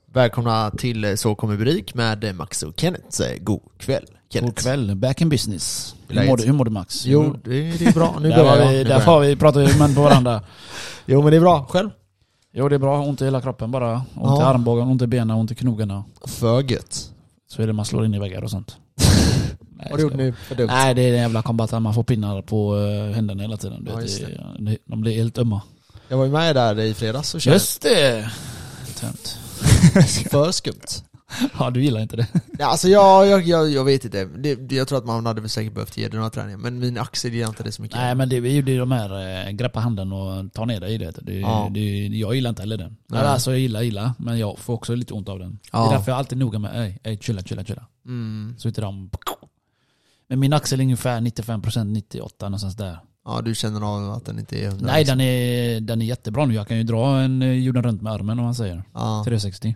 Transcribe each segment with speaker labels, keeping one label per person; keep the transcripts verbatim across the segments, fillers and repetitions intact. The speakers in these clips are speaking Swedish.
Speaker 1: Välkomna till Så kommer Burik med Max och Kenneth. God kväll, Kenneth.
Speaker 2: God kväll, back in business. Hur mår, du, hur mår du, Max?
Speaker 1: Jo, det, det är bra. Nu
Speaker 2: där
Speaker 1: börjar
Speaker 2: vi,
Speaker 1: jag.
Speaker 2: Där får vi prata ju män på varandra.
Speaker 1: Jo, men det är bra. Själv?
Speaker 2: Jo, det är bra. Ont i hela kroppen bara. Ont
Speaker 1: Ja.
Speaker 2: i armbågen, ont i benen, ont i knogarna.
Speaker 1: För gött.
Speaker 2: Så är det man slår in i väggar och sånt. Nej,
Speaker 1: Vad har du gjort nu för dumt?
Speaker 2: Nej, det är en jävla kombat där man får pinnar på uh, händerna hela tiden. Du
Speaker 1: Ja,
Speaker 2: vet,
Speaker 1: just
Speaker 2: det. De blir helt ömma.
Speaker 1: Jag var ju med där i fredags och körde.
Speaker 2: Just det! Tönt.
Speaker 1: För skumt.
Speaker 2: Ja, du gillar inte det.
Speaker 1: Ja, alltså jag, jag, jag, jag vet inte. Det, jag tror att man hade väl säkert behövt ge det några träningar. Men min axel gillar inte det så mycket.
Speaker 2: Nej, men det är ju de här äh, greppa handen och ta ner dig i det. det,
Speaker 1: Ja.
Speaker 2: det jag gillar inte heller den.
Speaker 1: Nej.
Speaker 2: Alltså jag gillar, gillar, men jag får också lite ont av den.
Speaker 1: Ja.
Speaker 2: Det är därför jag alltid noga med, ej, ej, chilla, chilla, chilla.
Speaker 1: Mm.
Speaker 2: Så inte de... Men min axel är ungefär nittiofem procent, nittioåtta någonstans där.
Speaker 1: Ja, du känner av att den inte är hundra.
Speaker 2: Nej, den är, den är jättebra nu. Jag kan ju dra en eh, jorden runt med armen om man säger.
Speaker 1: Ja.
Speaker 2: trehundrasextio.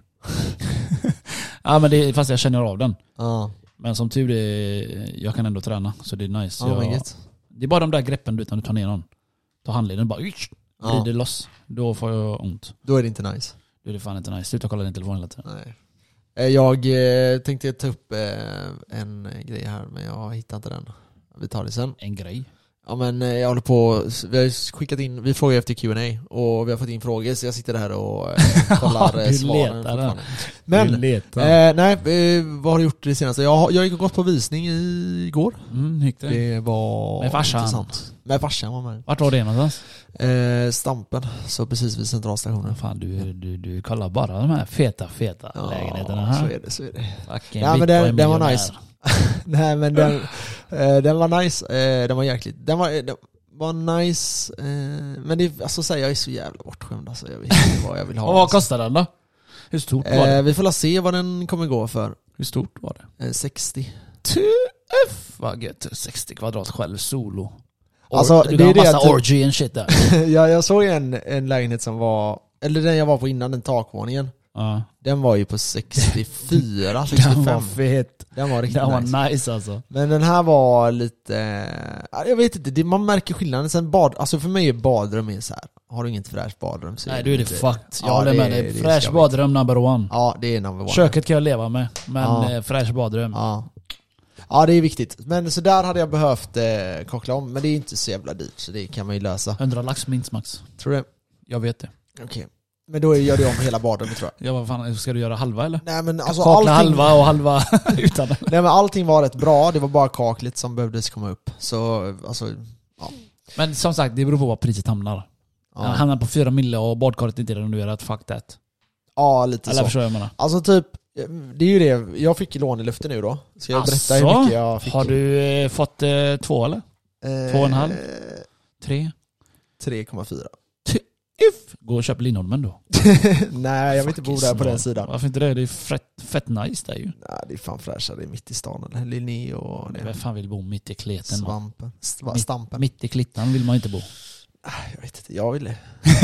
Speaker 2: Ja, men det, fast jag känner av den.
Speaker 1: Ja.
Speaker 2: Men som tur är, jag kan ändå träna. Så det är nice.
Speaker 1: Ja, men
Speaker 2: jag,
Speaker 1: gött.
Speaker 2: det är bara de där greppen du vet när du tar ner någon. Ta handleden bara, ysch,
Speaker 1: Ja.
Speaker 2: glider loss. Då får jag ont.
Speaker 1: Då är det inte nice.
Speaker 2: Då är det fan inte nice. Sluta kolla din telefon hela tiden.
Speaker 1: Nej. Eh, Jag eh, tänkte ta upp eh, en grej här, men jag hittar inte den. Vi tar det sen.
Speaker 2: En grej.
Speaker 1: Ja, men eh, jag håller på, vi har skickat in, vi frågar efter Q and A och vi har fått in frågor, så jag sitter här och eh, kollar eh,
Speaker 2: Du
Speaker 1: svaren.
Speaker 2: letar
Speaker 1: fortfarande.
Speaker 2: Du
Speaker 1: Men,
Speaker 2: letar.
Speaker 1: eh, nej, eh, vad har du gjort det senaste? Jag, har- jag gick och gått på visning igår.
Speaker 2: Mm, hur gick det?
Speaker 1: Det var
Speaker 2: Med farsan.
Speaker 1: intressant. Med farsan var med.
Speaker 2: Vart var det någonstans?
Speaker 1: Eh, Stampen, så precis vid centralstationen.
Speaker 2: Fan, du, du, du kollar bara de här feta, feta
Speaker 1: Ja,
Speaker 2: lägenheterna här.
Speaker 1: så är det, så är det.
Speaker 2: Fucking
Speaker 1: Ja, men den, den var
Speaker 2: bitcoin-miljonär.
Speaker 1: nice. Nej, men den, eh, den var nice. Eh, den var jäkligt. Den var, den var nice. Eh, men det, alltså säga jag är så jävla bortskämd. Alltså, jag vet inte vad jag vill ha.
Speaker 2: Och vad
Speaker 1: alltså.
Speaker 2: kostar den då? Hur stort var det?
Speaker 1: eh, vi får la se vad den kommer gå för.
Speaker 2: Hur stort var det?
Speaker 1: Eh, sextio.
Speaker 2: Tuff! Vad gött. sextio kvadrat själv, solo. Or-
Speaker 1: Alltså,
Speaker 2: du
Speaker 1: det
Speaker 2: kan
Speaker 1: är
Speaker 2: ha
Speaker 1: det
Speaker 2: massa
Speaker 1: att-
Speaker 2: orgy and shit där.
Speaker 1: jag, jag såg en, en lägenhet som var, eller den jag var på innan, den takvåningen.
Speaker 2: Ja.
Speaker 1: Den var ju på sextiofyra,
Speaker 2: Den var
Speaker 1: sextiofem.
Speaker 2: fet.
Speaker 1: Den var riktigt
Speaker 2: Den var
Speaker 1: nice.
Speaker 2: nice alltså.
Speaker 1: Men den här var lite, ja, jag vet inte, det, man märker skillnaden. Sen bad, alltså för mig är badrum är så här. Har du inget fräscht badrum så
Speaker 2: Nej, du är det
Speaker 1: inte-
Speaker 2: fucked. Jag
Speaker 1: Ja,
Speaker 2: håller
Speaker 1: det-
Speaker 2: med
Speaker 1: det
Speaker 2: dig.
Speaker 1: ska
Speaker 2: Fräsch
Speaker 1: vi-
Speaker 2: badrum number one.
Speaker 1: Ja, det är number one.
Speaker 2: Köket kan jag leva med, men
Speaker 1: Ja.
Speaker 2: eh, fräsch badrum.
Speaker 1: Ja. Ja, det är viktigt. Men så där hade jag behövt eh, koppla om. Men det är inte så jävla dyrt, så det kan man ju lösa.
Speaker 2: hundra lax minst max.
Speaker 1: Tror du?
Speaker 2: Jag vet det.
Speaker 1: Okej. Men då gör det om hela badrummet, tror jag.
Speaker 2: Ja, vad fan, ska du göra halva eller?
Speaker 1: Nej, men alltså
Speaker 2: Kakla
Speaker 1: allting,
Speaker 2: halva och halva utan.
Speaker 1: nej, men allting var rätt bra. Det var bara kaklet som behövdes komma upp. Så, alltså, ja.
Speaker 2: Men som sagt, det beror på vad priset hamnar.
Speaker 1: Ja,
Speaker 2: Han hamnar på fyra mille och badkaret inte renoverat, fuck that.
Speaker 1: ja lite
Speaker 2: Eller
Speaker 1: så.
Speaker 2: förstår jag vad jag menar.
Speaker 1: Alltså typ, det är ju det. Jag fick ju lån i luften nu då. Ska jag berätta hur
Speaker 2: Asså?
Speaker 1: mycket jag fick?
Speaker 2: Har du eh, fått eh, två eller?
Speaker 1: Eh,
Speaker 2: två och en halv? Tre?
Speaker 1: tre komma fyra.
Speaker 2: If. Gå och köp Lindholmen då.
Speaker 1: Nej, jag vill inte bo där på den sidan.
Speaker 2: Varför inte det? Det är fett, fett nice där ju.
Speaker 1: Nej, det är fan fräschare. Det är mitt i stan. Eller Linné och
Speaker 2: Vem fan vill bo mitt i kleten? man?
Speaker 1: Svampen. St-
Speaker 2: Mitt-
Speaker 1: Stampen.
Speaker 2: Mitt i klittan vill man inte bo.
Speaker 1: Jag vet inte, jag vill det.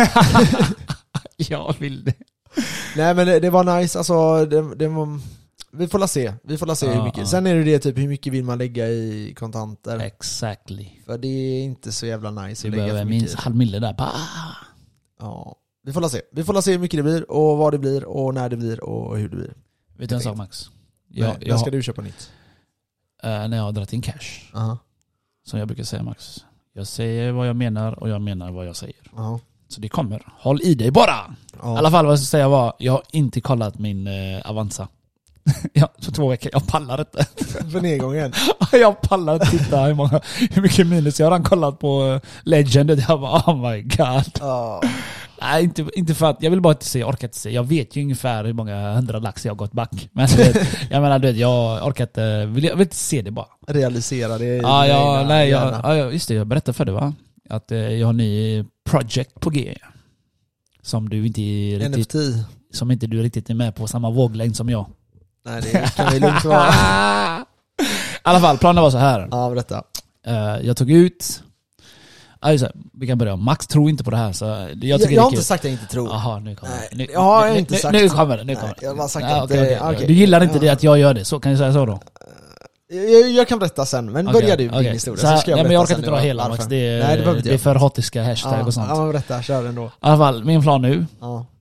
Speaker 2: Jag vill det.
Speaker 1: Nej, men det, det var nice. Alltså, det, det var, vi får la se. Vi får la se
Speaker 2: Ja,
Speaker 1: hur mycket.
Speaker 2: ja.
Speaker 1: Sen är det det typ, hur mycket vill man lägga i kontanter?
Speaker 2: Exactly.
Speaker 1: För det är inte så jävla nice
Speaker 2: Du
Speaker 1: att lägga
Speaker 2: behöver
Speaker 1: för mycket.
Speaker 2: minst halv mille där. Bah.
Speaker 1: Ja. Vi får la se. Vi får la se hur mycket det blir och vad det blir och när det blir och hur det blir.
Speaker 2: Vet du en sak Max?
Speaker 1: Jag,
Speaker 2: Jag,
Speaker 1: Nej,
Speaker 2: jag,
Speaker 1: när ska du köpa nytt?
Speaker 2: äh, när jag har dragit in cash,
Speaker 1: Aha.
Speaker 2: som jag brukar säga Max. Jag säger vad jag menar och jag menar vad jag säger.
Speaker 1: Aha.
Speaker 2: Så det kommer. Håll i dig bara!
Speaker 1: Ja.
Speaker 2: I alla fall vad jag ska säga var, jag har inte kollat min eh, Avanza. Ja, för två veckor. Jag pallar inte.
Speaker 1: För nedgången.
Speaker 2: Jag pallar inte titta hur, många, hur mycket minus jag har redan kollat på eh, Legend. Jag bara, oh my god.
Speaker 1: Ja.
Speaker 2: Nej, inte, inte för att, jag vill bara inte se, jag orkar inte se. Jag vet ju ungefär hur många hundra lax jag har gått back. Men du vet, jag menar, du vet, jag orkar inte, vill, jag vill inte se det bara.
Speaker 1: Realisera det i
Speaker 2: Ja,
Speaker 1: din
Speaker 2: ja,
Speaker 1: egna
Speaker 2: nej, jag,
Speaker 1: hjärna.
Speaker 2: ja, ja, just det, jag berättade för dig va? Att eh, jag har en ny project på G. Som du inte är
Speaker 1: N F
Speaker 2: riktigt,
Speaker 1: T.
Speaker 2: som inte du riktigt är med på samma våglängd som jag.
Speaker 1: Nej, det kan vi lugnt vara.
Speaker 2: I alla fall, planen var så här.
Speaker 1: Ja, berätta.
Speaker 2: Uh, jag tog ut... Alltså, vi kan börja. Max tror inte på det här. Så jag, tycker
Speaker 1: Jag,
Speaker 2: det är
Speaker 1: jag har
Speaker 2: kul.
Speaker 1: inte sagt att jag inte tror.
Speaker 2: Jaha, nu kommer
Speaker 1: Nej,
Speaker 2: det. Nu,
Speaker 1: jag har
Speaker 2: nu,
Speaker 1: inte
Speaker 2: nu,
Speaker 1: sagt.
Speaker 2: Nu kommer det. Nu
Speaker 1: Nej,
Speaker 2: kommer det.
Speaker 1: jag har bara sagt
Speaker 2: Ja,
Speaker 1: att...
Speaker 2: okej,
Speaker 1: eh,
Speaker 2: okej.
Speaker 1: okej.
Speaker 2: Du gillar inte
Speaker 1: Ja.
Speaker 2: det att jag gör det. Så kan jag säga så då?
Speaker 1: Jag, jag kan berätta sen, men
Speaker 2: Okej,
Speaker 1: börja du din
Speaker 2: okej.
Speaker 1: historia.
Speaker 2: Så här,
Speaker 1: Så ska jag
Speaker 2: nej, men jag
Speaker 1: berätta
Speaker 2: orkar inte
Speaker 1: sen
Speaker 2: dra
Speaker 1: nu
Speaker 2: hela
Speaker 1: varför.
Speaker 2: Max. Det är,
Speaker 1: Nej, det behöver inte
Speaker 2: det är
Speaker 1: jag.
Speaker 2: för hotiska hashtag
Speaker 1: Ja,
Speaker 2: och sånt.
Speaker 1: ja, men berätta. Kör den då.
Speaker 2: I alla fall, min plan nu
Speaker 1: Ja.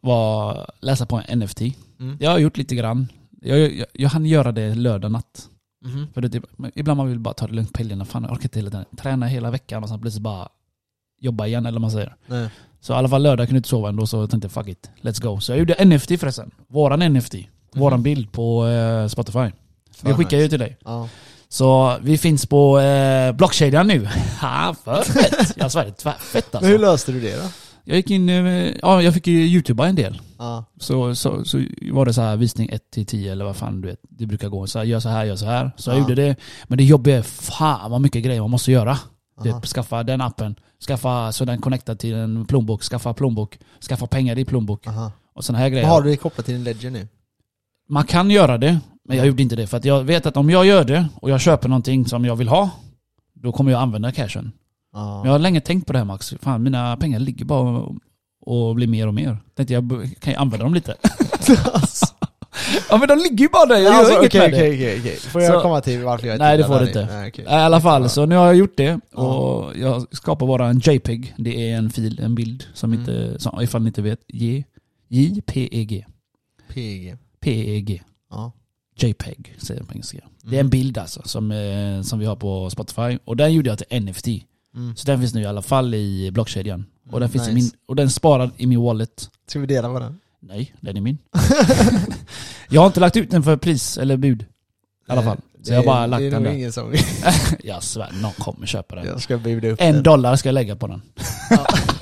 Speaker 2: var läsa på en N F T.
Speaker 1: Mm.
Speaker 2: Jag har gjort lite grann. Jag, jag, jag hann göra det lördag natt.
Speaker 1: Mm.
Speaker 2: För det, ibland man vill bara ta det lugnt på helgerna. Fan, jag orkar inte hela tiden. Träna hela veckan och sen plötsligt bara jobba igen, eller vad man säger.
Speaker 1: Nej.
Speaker 2: Så i alla fall lördag kunde jag inte sova ändå, så jag tänkte fuck it, let's go. Så jag gjorde N F T förresten. Våran N F T. Mm. Våran bild på eh, Spotify. Vi skickar ju till dig.
Speaker 1: Ja.
Speaker 2: Så vi finns på eh, blockkedjan nu. Ha, för fett. Jag svär, det är fett alltså.
Speaker 1: Men hur löste du det då?
Speaker 2: Jag gick in, eh, ja jag fick ju YouTubea en del.
Speaker 1: Ja.
Speaker 2: Så, så, så var det så här visning ett till tio eller vad fan du vet. Det brukar gå så här, gör så här, gör så här. Så jag
Speaker 1: Ja.
Speaker 2: gjorde det. Men det jobbiga är fan vad mycket grejer man måste göra.
Speaker 1: Aha.
Speaker 2: Typ, skaffa den appen, skaffa så den connectar till en plånbok, skaffa plånbok, skaffa pengar i plånbok
Speaker 1: Aha.
Speaker 2: och såna här grejer.
Speaker 1: Vad har du det kopplat till din Ledger nu?
Speaker 2: Man kan göra det, men jag gjorde inte det. För att jag vet att om jag gör det och jag köper någonting som jag vill ha, då kommer jag använda cashen.
Speaker 1: Ja.
Speaker 2: Men jag har länge tänkt på det här, Max. Fan, mina pengar ligger bara och, och blir mer och mer. Tänkte jag, kan jag använda dem lite? Ja men de ligger ju bara där, jag
Speaker 1: alltså,
Speaker 2: gör inget
Speaker 1: okay,
Speaker 2: med det.
Speaker 1: Okej, okej, okej. Får jag
Speaker 2: Så-
Speaker 1: komma till varför jag inte
Speaker 2: Nej det
Speaker 1: gillar
Speaker 2: får du inte.
Speaker 1: Nej, okay.
Speaker 2: I alla fall, så nu har jag gjort det.
Speaker 1: Ja.
Speaker 2: Och jag skapar bara en JPEG. Det är en fil, en bild som
Speaker 1: Mm.
Speaker 2: inte, som, ifall ni inte vet, J, J P E G.
Speaker 1: P G.
Speaker 2: P E G.
Speaker 1: Ja.
Speaker 2: JPEG säger de på engelska. Det är
Speaker 1: Mm.
Speaker 2: en bild alltså som, eh, som vi har på Spotify. Och den gjorde jag till N F T.
Speaker 1: Mm.
Speaker 2: Så den finns nu i alla fall i blockkedjan. Och den,
Speaker 1: Mm,
Speaker 2: finns i
Speaker 1: nice.
Speaker 2: min, och den sparar i min wallet.
Speaker 1: Ska vi dela på den?
Speaker 2: Nej, den är min. Jag har inte lagt ut den för pris eller bud. I alla fall. Så jag har bara lagt
Speaker 1: det är
Speaker 2: den
Speaker 1: nog
Speaker 2: där.
Speaker 1: ingen som
Speaker 2: Jag svär, någon kommer köpa den.
Speaker 1: jag ska bjuda upp
Speaker 2: En
Speaker 1: den.
Speaker 2: dollar ska jag lägga på den.
Speaker 1: Ja.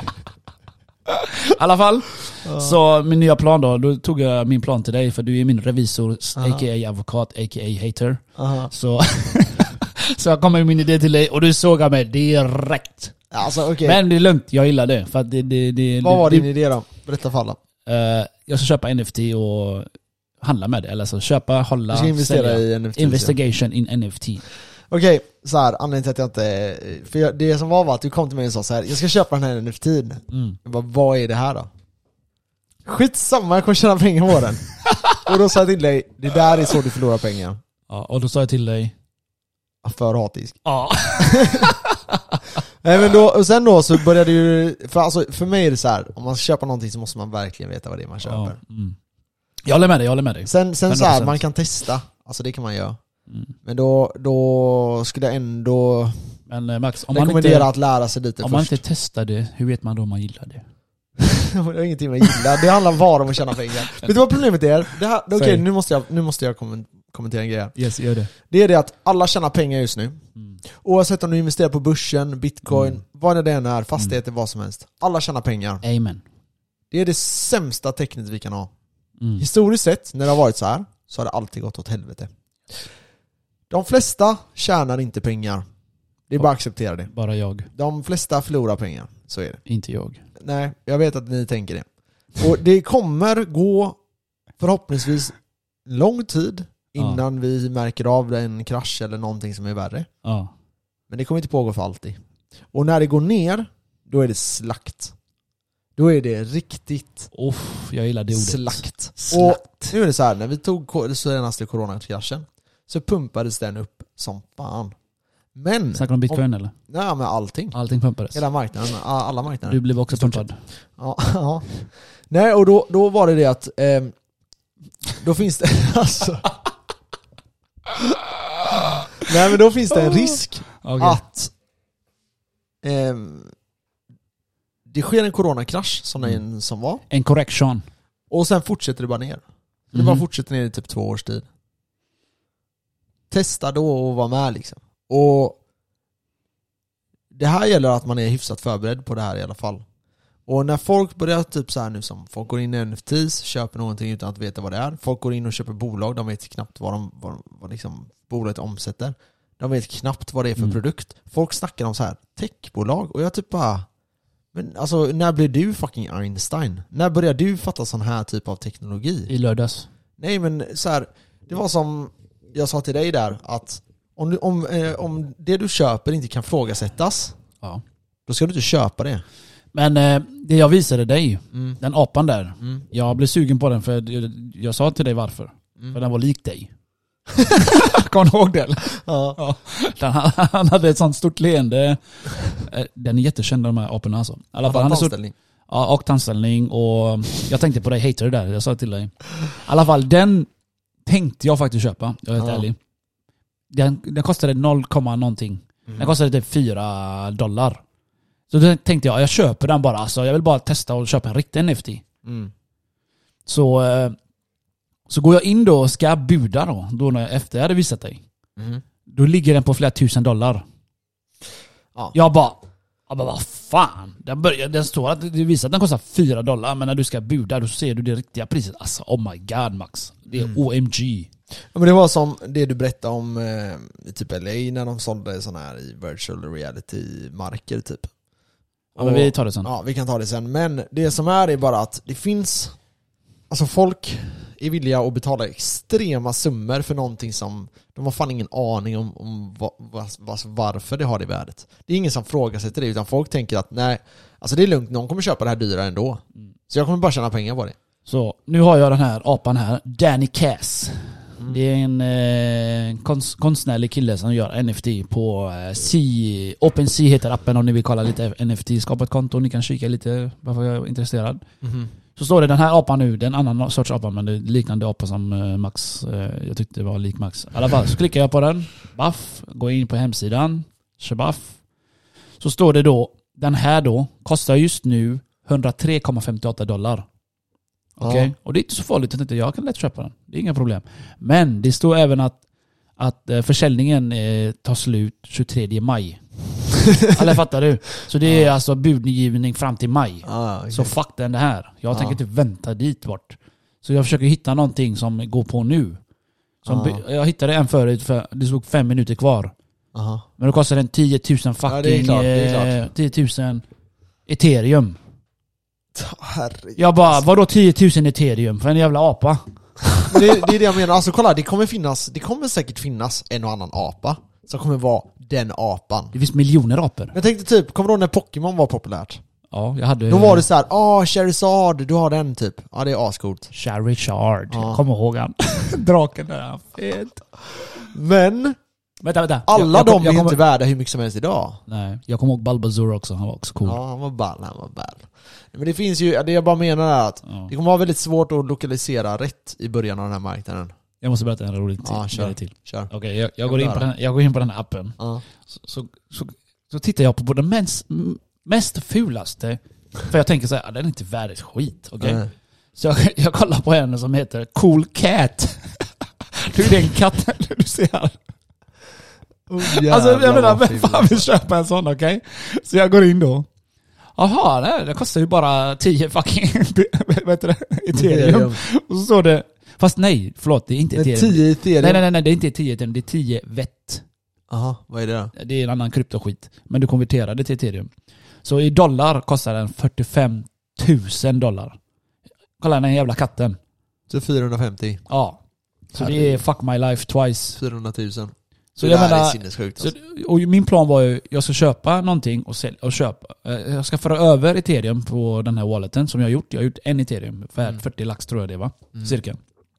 Speaker 2: I alla fall.
Speaker 1: Ja.
Speaker 2: Så min nya plan då, då tog jag min plan till dig för du är min revisor,
Speaker 1: Aha.
Speaker 2: a k a advokat, a k a hater.
Speaker 1: Aha.
Speaker 2: Så, så jag kommer med min idé till dig och du sågar mig direkt.
Speaker 1: Alltså okej.
Speaker 2: Men det är lugnt, jag gillar det. För att det, det, det,
Speaker 1: Vad var
Speaker 2: det,
Speaker 1: din idé då? Berätta för alla.
Speaker 2: eh, jag ska köpa N F T och handla med det. Eller så köpa, hålla,
Speaker 1: Du ska investera
Speaker 2: sälja.
Speaker 1: i N F T.
Speaker 2: Investigation in N F T.
Speaker 1: Okej, så här, anledningen till att jag inte... För jag, det som var var att du kom till mig och sa så här: jag ska köpa den här N F T:n.
Speaker 2: Mm.
Speaker 1: Jag bara, vad är det här då? Skitsamma, jag kommer tjäna pengar på den. Och då sa jag till dig, det där är så du förlorar pengar.
Speaker 2: Ja, och då sa jag till dig.
Speaker 1: För hatisk.
Speaker 2: Ja.
Speaker 1: Nej men då, och sen då så började ju, för, alltså, för mig är det så här: om man ska köpa någonting så måste man verkligen veta vad det är man köper.
Speaker 2: Ja, mm. Jag håller med dig, jag håller med dig.
Speaker 1: Sen, sen så
Speaker 2: hundra
Speaker 1: här,
Speaker 2: procent.
Speaker 1: man kan testa, alltså det kan man göra.
Speaker 2: Mm.
Speaker 1: Men då, då skulle jag ändå
Speaker 2: Men eh, Max, om man,
Speaker 1: rekommendera
Speaker 2: inte,
Speaker 1: att lära sig lite
Speaker 2: om man
Speaker 1: först.
Speaker 2: inte testar det, hur vet man då om man gillar det?
Speaker 1: Det har ingenting med gilla, det handlar bara om att tjäna pengar. Vet du vad problemet är? Det här, okej,
Speaker 2: Säg.
Speaker 1: nu måste jag, nu måste jag kommen- kommentera en grej här.
Speaker 2: Yes, gör det.
Speaker 1: Det är det att alla tjänar pengar just nu.
Speaker 2: Mm.
Speaker 1: Oavsett om du investerar på börsen, bitcoin,
Speaker 2: Mm.
Speaker 1: vad det än är, fastigheter, vad som helst. Alla tjänar pengar.
Speaker 2: Amen.
Speaker 1: Det är det sämsta tecknet vi kan ha.
Speaker 2: Mm.
Speaker 1: Historiskt sett, när det har varit så här, så har det alltid gått åt helvete. De flesta tjänar inte pengar. Det är bara att acceptera det.
Speaker 2: Bara jag,
Speaker 1: De flesta förlorar pengar. Så är det.
Speaker 2: inte jag.
Speaker 1: Nej, jag vet att ni tänker det. Och det kommer gå förhoppningsvis lång tid innan vi märker av en krasch eller någonting som är värre.
Speaker 2: Ja.
Speaker 1: Men det kommer inte pågå för alltid. Och när det går ner, då är det slakt. Då är det riktigt
Speaker 2: Uff, jag gillar det ordet.
Speaker 1: slakt.
Speaker 2: Slakt.
Speaker 1: Och nu är det så här, när vi tog ko- senaste coronakraschen så pumpades den upp som fan. Men,
Speaker 2: Snackar du om bitcoin eller?
Speaker 1: nej, med allting.
Speaker 2: Allting pumpades.
Speaker 1: Hela marknaden, alla marknader.
Speaker 2: Du blev också
Speaker 1: I stort sett.
Speaker 2: pumpad.
Speaker 1: Ja, ja. Nej, och då, då var det det att ehm, då finns det alltså Nej, men då finns det en risk
Speaker 2: Okej.
Speaker 1: att ehm, det sker en coronakrasch som
Speaker 2: Mm.
Speaker 1: den som var,
Speaker 2: En correction.
Speaker 1: och sen fortsätter det bara ner. Det
Speaker 2: Mhm.
Speaker 1: bara fortsätter ner i typ två års tid. Testa då och vara med liksom. Och det här gäller att man är hyfsat förberedd på det här i alla fall. Och när folk börjar typ så här nu, som folk går in i N F Ts, köper någonting utan att veta vad det är. Folk går in och köper bolag, de vet knappt vad, de, vad, vad liksom bolaget omsätter. De vet knappt vad det är för
Speaker 2: Mm.
Speaker 1: produkt. Folk snackar om så här techbolag, och jag typ bara, men alltså när blev du fucking Einstein? När började du fatta sån här typ av teknologi?
Speaker 2: I lördags.
Speaker 1: Nej, men så här, det var som jag sa till dig där, att om, du, om, eh, om det du köper inte kan frågasättas,
Speaker 2: Ja.
Speaker 1: då ska du inte köpa det.
Speaker 2: Men eh, det jag visade dig,
Speaker 1: Mm.
Speaker 2: den apan där.
Speaker 1: Mm.
Speaker 2: Jag blev sugen på den för jag, jag sa till dig varför.
Speaker 1: Mm.
Speaker 2: För den var lik dig. Kommer du ihåg det? eller?
Speaker 1: Ja.
Speaker 2: Ja. Den, han hade ett sånt stort leende. Eh, Den är jättekänd, de här aporna alltså. I alla fall, han är så,
Speaker 1: Anställning.
Speaker 2: Ja, och anställning och jag tänkte på dig, hater det där, jag sa till dig. I alla fall, den tänkte jag faktiskt köpa, jag är helt
Speaker 1: ja.
Speaker 2: ärlig. Den, den kostade noll, någonting.
Speaker 1: Mm.
Speaker 2: Den kostade typ fyra dollar. Så då tänkte jag, jag köper den bara. Alltså, jag vill bara testa och köpa en riktig N F T.
Speaker 1: Mm.
Speaker 2: Så, så går jag in då och ska buda då. Då när jag efter jag hade visat dig.
Speaker 1: Mm.
Speaker 2: Då ligger den på flera tusen dollar.
Speaker 1: Ja.
Speaker 2: Jag bara, jag bara vad fan. Den, börjar, den står att det visar att den kostar fyra dollar. Men när du ska buda då ser du det riktiga priset. Alltså oh my god Max. Det är mm. O M G.
Speaker 1: Ja, men det var som det du berättade om eh, i typ L A när de sålde såna här i virtual reality-marker typ.
Speaker 2: Ja, men vi tar det sen.
Speaker 1: Ja, vi kan ta det sen. Men det som är är bara att det finns... Alltså folk är villiga att betala extrema summor för någonting som... De har fan ingen aning om, om va, va, va, varför det har det värdet. Det är ingen som frågar sig till det, utan folk tänker att nej, alltså det är lugnt, någon kommer köpa det här dyrare ändå. Mm. Så jag kommer bara tjäna pengar på det.
Speaker 2: Så nu har jag den här apan här, Danny Cass. Mm. Det är en eh, konst, konstnärlig kille som gör N F T på eh, C, OpenSea heter appen om ni vill kolla lite N F T, skapa ett konto, ni kan kika lite varför jag är intresserad. Mm. Så står det den här apan nu, det är en annan sorts apa men det är liknande apa som eh, Max, eh, jag tyckte det var lik Max. I alla fall så klickar jag på den, baff, går in på hemsidan, shabaff. Så står det då, den här då kostar just nu hundratre komma femtioåtta dollar. Okej, okay. Ja. Och det är inte så farligt, jag tänkte jag kan lätt köpa den. Det är inga problem. Men det står även att, att försäljningen eh, tar slut tjugotredje maj. Alla fattar du? Så det är ja. alltså budgivning fram till maj.
Speaker 1: Ah, okay.
Speaker 2: Så fuck den det här. Jag
Speaker 1: ah.
Speaker 2: tänker inte vänta dit bort. Så jag försöker hitta någonting som går på nu. Som ah. Jag hittade en förut, för det stod fem minuter kvar.
Speaker 1: Aha.
Speaker 2: Men då kostar den tio tusen fucking... Ja, det är klart, det är klart. tio tusen ethereum.
Speaker 1: Herregud.
Speaker 2: Jag bara, vadå tio tusen ethereum för en jävla apa?
Speaker 1: Men det, det är det jag menar, alltså kolla, det kommer finnas, det kommer säkert finnas en och annan apa som kommer vara den apan.
Speaker 2: Det finns miljoner apor.
Speaker 1: Jag tänkte typ, kommer du ihåg när Pokémon var populärt?
Speaker 2: Ja, jag hade...
Speaker 1: Då var det så här, ah, oh, Charizard, du har den typ. Ja, det är ascoolt.
Speaker 2: Charizard, ja. Kom ihåg han. Draken där, fet.
Speaker 1: Men...
Speaker 2: Vänta, vänta.
Speaker 1: Alla
Speaker 2: jag, jag,
Speaker 1: de
Speaker 2: jag,
Speaker 1: är
Speaker 2: jag
Speaker 1: ju
Speaker 2: kom...
Speaker 1: inte värda hur mycket som helst idag.
Speaker 2: Nej, jag kommer ihåg Bulbasaur också, han var också cool.
Speaker 1: Ja, han var ball, han var ball. Men det finns ju, det jag bara menar är att ja. det kommer vara väldigt svårt att lokalisera rätt i början av den här marknaden.
Speaker 2: Jag måste berätta en rolig
Speaker 1: ja,
Speaker 2: till. till.
Speaker 1: Kör.
Speaker 2: Okej, okay, jag, jag, går in på den, jag går in på den här appen. Ja. Så, så, så, så tittar jag på den mest, mest fulaste. För jag tänker så här, den är inte värd ett skit. Okay? Mm. Så jag, jag kollar på en som heter Cool Cat. Du är den katten du ser här. Oh, alltså jag menar, vem fan vill köpa en sån, okej? Okay? Så jag går in då. Jaha, det, det kostar ju bara tio fucking vad heter det? Ethereum. Och så står det, fast nej, förlåt, det är inte Ethereum.
Speaker 1: tio Ethereum?
Speaker 2: Nej, nej, nej, det är inte tio Ethereum, det är tio vett.
Speaker 1: Aha, vad är det då?
Speaker 2: Det är en annan kryptoskit, men du konverterar det till Ethereum. Så i dollar kostar den fyrtiofem tusen dollar. Kolla den här jävla katten.
Speaker 1: Så fyrahundrafemtio?
Speaker 2: Ja. Så Herre. Det är fuck my life twice.
Speaker 1: fyrahundratusen.
Speaker 2: Så jag menar,
Speaker 1: sinnessjukt,
Speaker 2: alltså. så, och min plan var ju, jag ska köpa någonting och, sälja, och köpa. Jag ska föra över Ethereum på den här walleten som jag har gjort. Jag har gjort en Ethereum för mm. fyrtio lax tror jag det var. Mm. Cirka.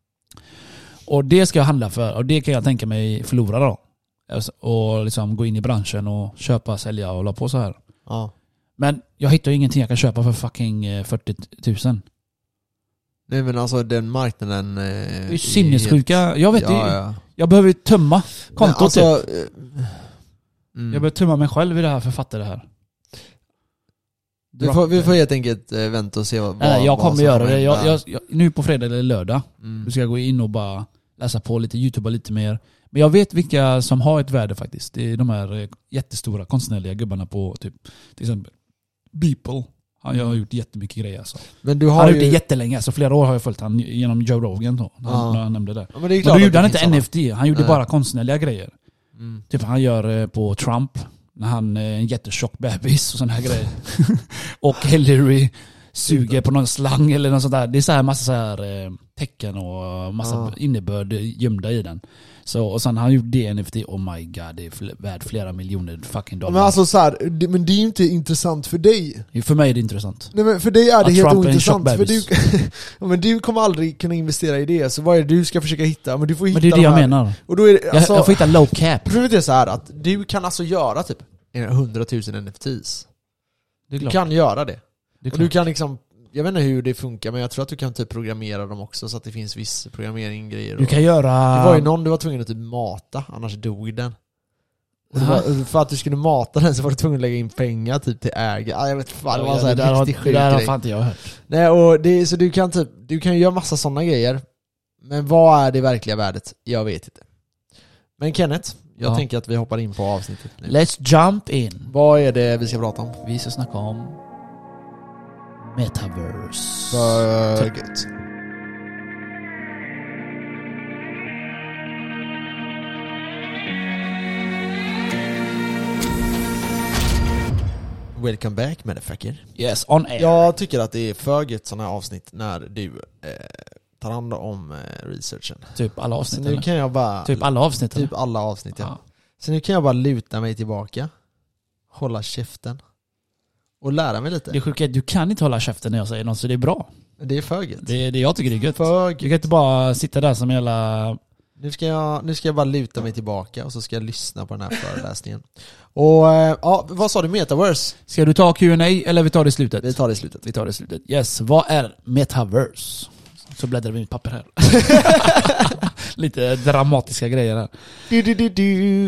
Speaker 2: Och det ska jag handla för. Och det kan jag tänka mig förlora då. Och liksom gå in i branschen och köpa, sälja och hålla på så här.
Speaker 1: Ja.
Speaker 2: Men jag hittar ju ingenting jag kan köpa för fucking fyrtio tusen.
Speaker 1: Nej men alltså den marknaden... Eh,
Speaker 2: det är sinnessjuka. Helt... Jag vet
Speaker 1: ja,
Speaker 2: ju.
Speaker 1: Ja.
Speaker 2: Jag behöver tömma kontot
Speaker 1: alltså,
Speaker 2: typ. Mm. Jag behöver tömma mig själv i det här författare det här.
Speaker 1: Vi får, vi får helt enkelt äh, vänta och se vad,
Speaker 2: Nej, jag
Speaker 1: vad
Speaker 2: kommer göra det. Jag, jag, jag, nu på fredag eller lördag.
Speaker 1: Mm.
Speaker 2: Du ska gå in och bara läsa på lite, YouTubea lite mer. Men jag vet vilka som har ett värde faktiskt. Det är de här jättestora konstnärliga gubbarna på typ till exempel Beeple. Han har gjort jättemycket grejer alltså. Men du har han har ju... gjort det jättelänge, så flera år har jag följt han genom Joe Rogan då, när,
Speaker 1: ja.
Speaker 2: när han nämnde det.
Speaker 1: Ja, men det är
Speaker 2: men då gjorde han inte N F T, han gjorde
Speaker 1: Nej.
Speaker 2: bara konstnärliga grejer.
Speaker 1: Mm.
Speaker 2: Typ han gör på Trump, när han är en jättetjock bebis och sådana här grejer. Och Hillary suger på någon slang eller något sånt där. Det är så här massa så här tecken och massa ja. innebörd gömda i den. Så, och sen har han gjort det N F T, oh my god, det är fl- värt flera miljoner fucking dollar.
Speaker 1: Men alltså så här, det, men det är ju inte intressant för dig.
Speaker 2: För mig är det intressant.
Speaker 1: Nej men för dig är det
Speaker 2: att
Speaker 1: helt
Speaker 2: Trump
Speaker 1: ointressant. För du, ja, men du kommer aldrig kunna investera i det, så vad är det du ska försöka hitta? Men du får hitta
Speaker 2: men det är det jag menar.
Speaker 1: Och då är det, alltså,
Speaker 2: jag, jag får hitta low cap.
Speaker 1: Problemet är så här att du kan alltså göra typ hundratusen N F Ts. Du kan göra det.
Speaker 2: Det det är
Speaker 1: Och du
Speaker 2: klart.
Speaker 1: kan liksom, jag vet inte hur det funkar, men jag tror att du kan typ programmera dem också så att det finns viss programmering grejer.
Speaker 2: Du kan göra...
Speaker 1: Det var ju någon du var tvungen att typ mata, annars dog den. Och det var, för att du skulle mata den så var du tvungen att lägga in pengar typ till ägare. Ah, jag vet fan, det var en sån
Speaker 2: det
Speaker 1: här
Speaker 2: där har,
Speaker 1: riktigt
Speaker 2: det
Speaker 1: sjuk
Speaker 2: där har
Speaker 1: grej.
Speaker 2: fan inte jag hört.
Speaker 1: Nej, och det, så du kan typ, du kan göra massa sådana grejer. Men vad är det verkliga värdet? Jag vet inte. Men Kenneth, jag
Speaker 2: Ja.
Speaker 1: tänker att vi hoppar in på avsnittet nu.
Speaker 2: Let's jump in.
Speaker 1: Vad är det vi ska prata om?
Speaker 2: Vi ska snacka om Metaverse.
Speaker 1: För
Speaker 2: Typ.
Speaker 1: gött. Welcome back, motherfucker.
Speaker 2: Yes, on air.
Speaker 1: Jag tycker att det är för gött sådana här avsnitt när du eh, tar hand om eh, researchen.
Speaker 2: Typ alla
Speaker 1: Så
Speaker 2: avsnitt
Speaker 1: nu
Speaker 2: eller?
Speaker 1: kan jag bara...
Speaker 2: Typ alla avsnitt
Speaker 1: Typ
Speaker 2: eller?
Speaker 1: alla avsnitt, ja.
Speaker 2: Ja.
Speaker 1: Så nu kan jag bara luta mig tillbaka, hålla käften och lära mig lite.
Speaker 2: Det är sjukt att du kan inte hålla käften när jag säger något, så det är bra.
Speaker 1: Det är för gött.
Speaker 2: Det är det jag tycker det är gött.
Speaker 1: För
Speaker 2: Du kan inte bara sitta där som hela...
Speaker 1: Nu ska, jag, nu ska jag bara luta mig tillbaka och så ska jag lyssna på den här föreläsningen. Och eh, ja, vad sa du? Metaverse?
Speaker 2: Ska du ta Q and A eller vi tar det i slutet?
Speaker 1: Vi tar det i slutet.
Speaker 2: Vi tar det i slutet. Yes, vad är Metaverse? Så bläddrar vi i mitt papper här. Lite dramatiska grejer här.
Speaker 1: Du, du, du,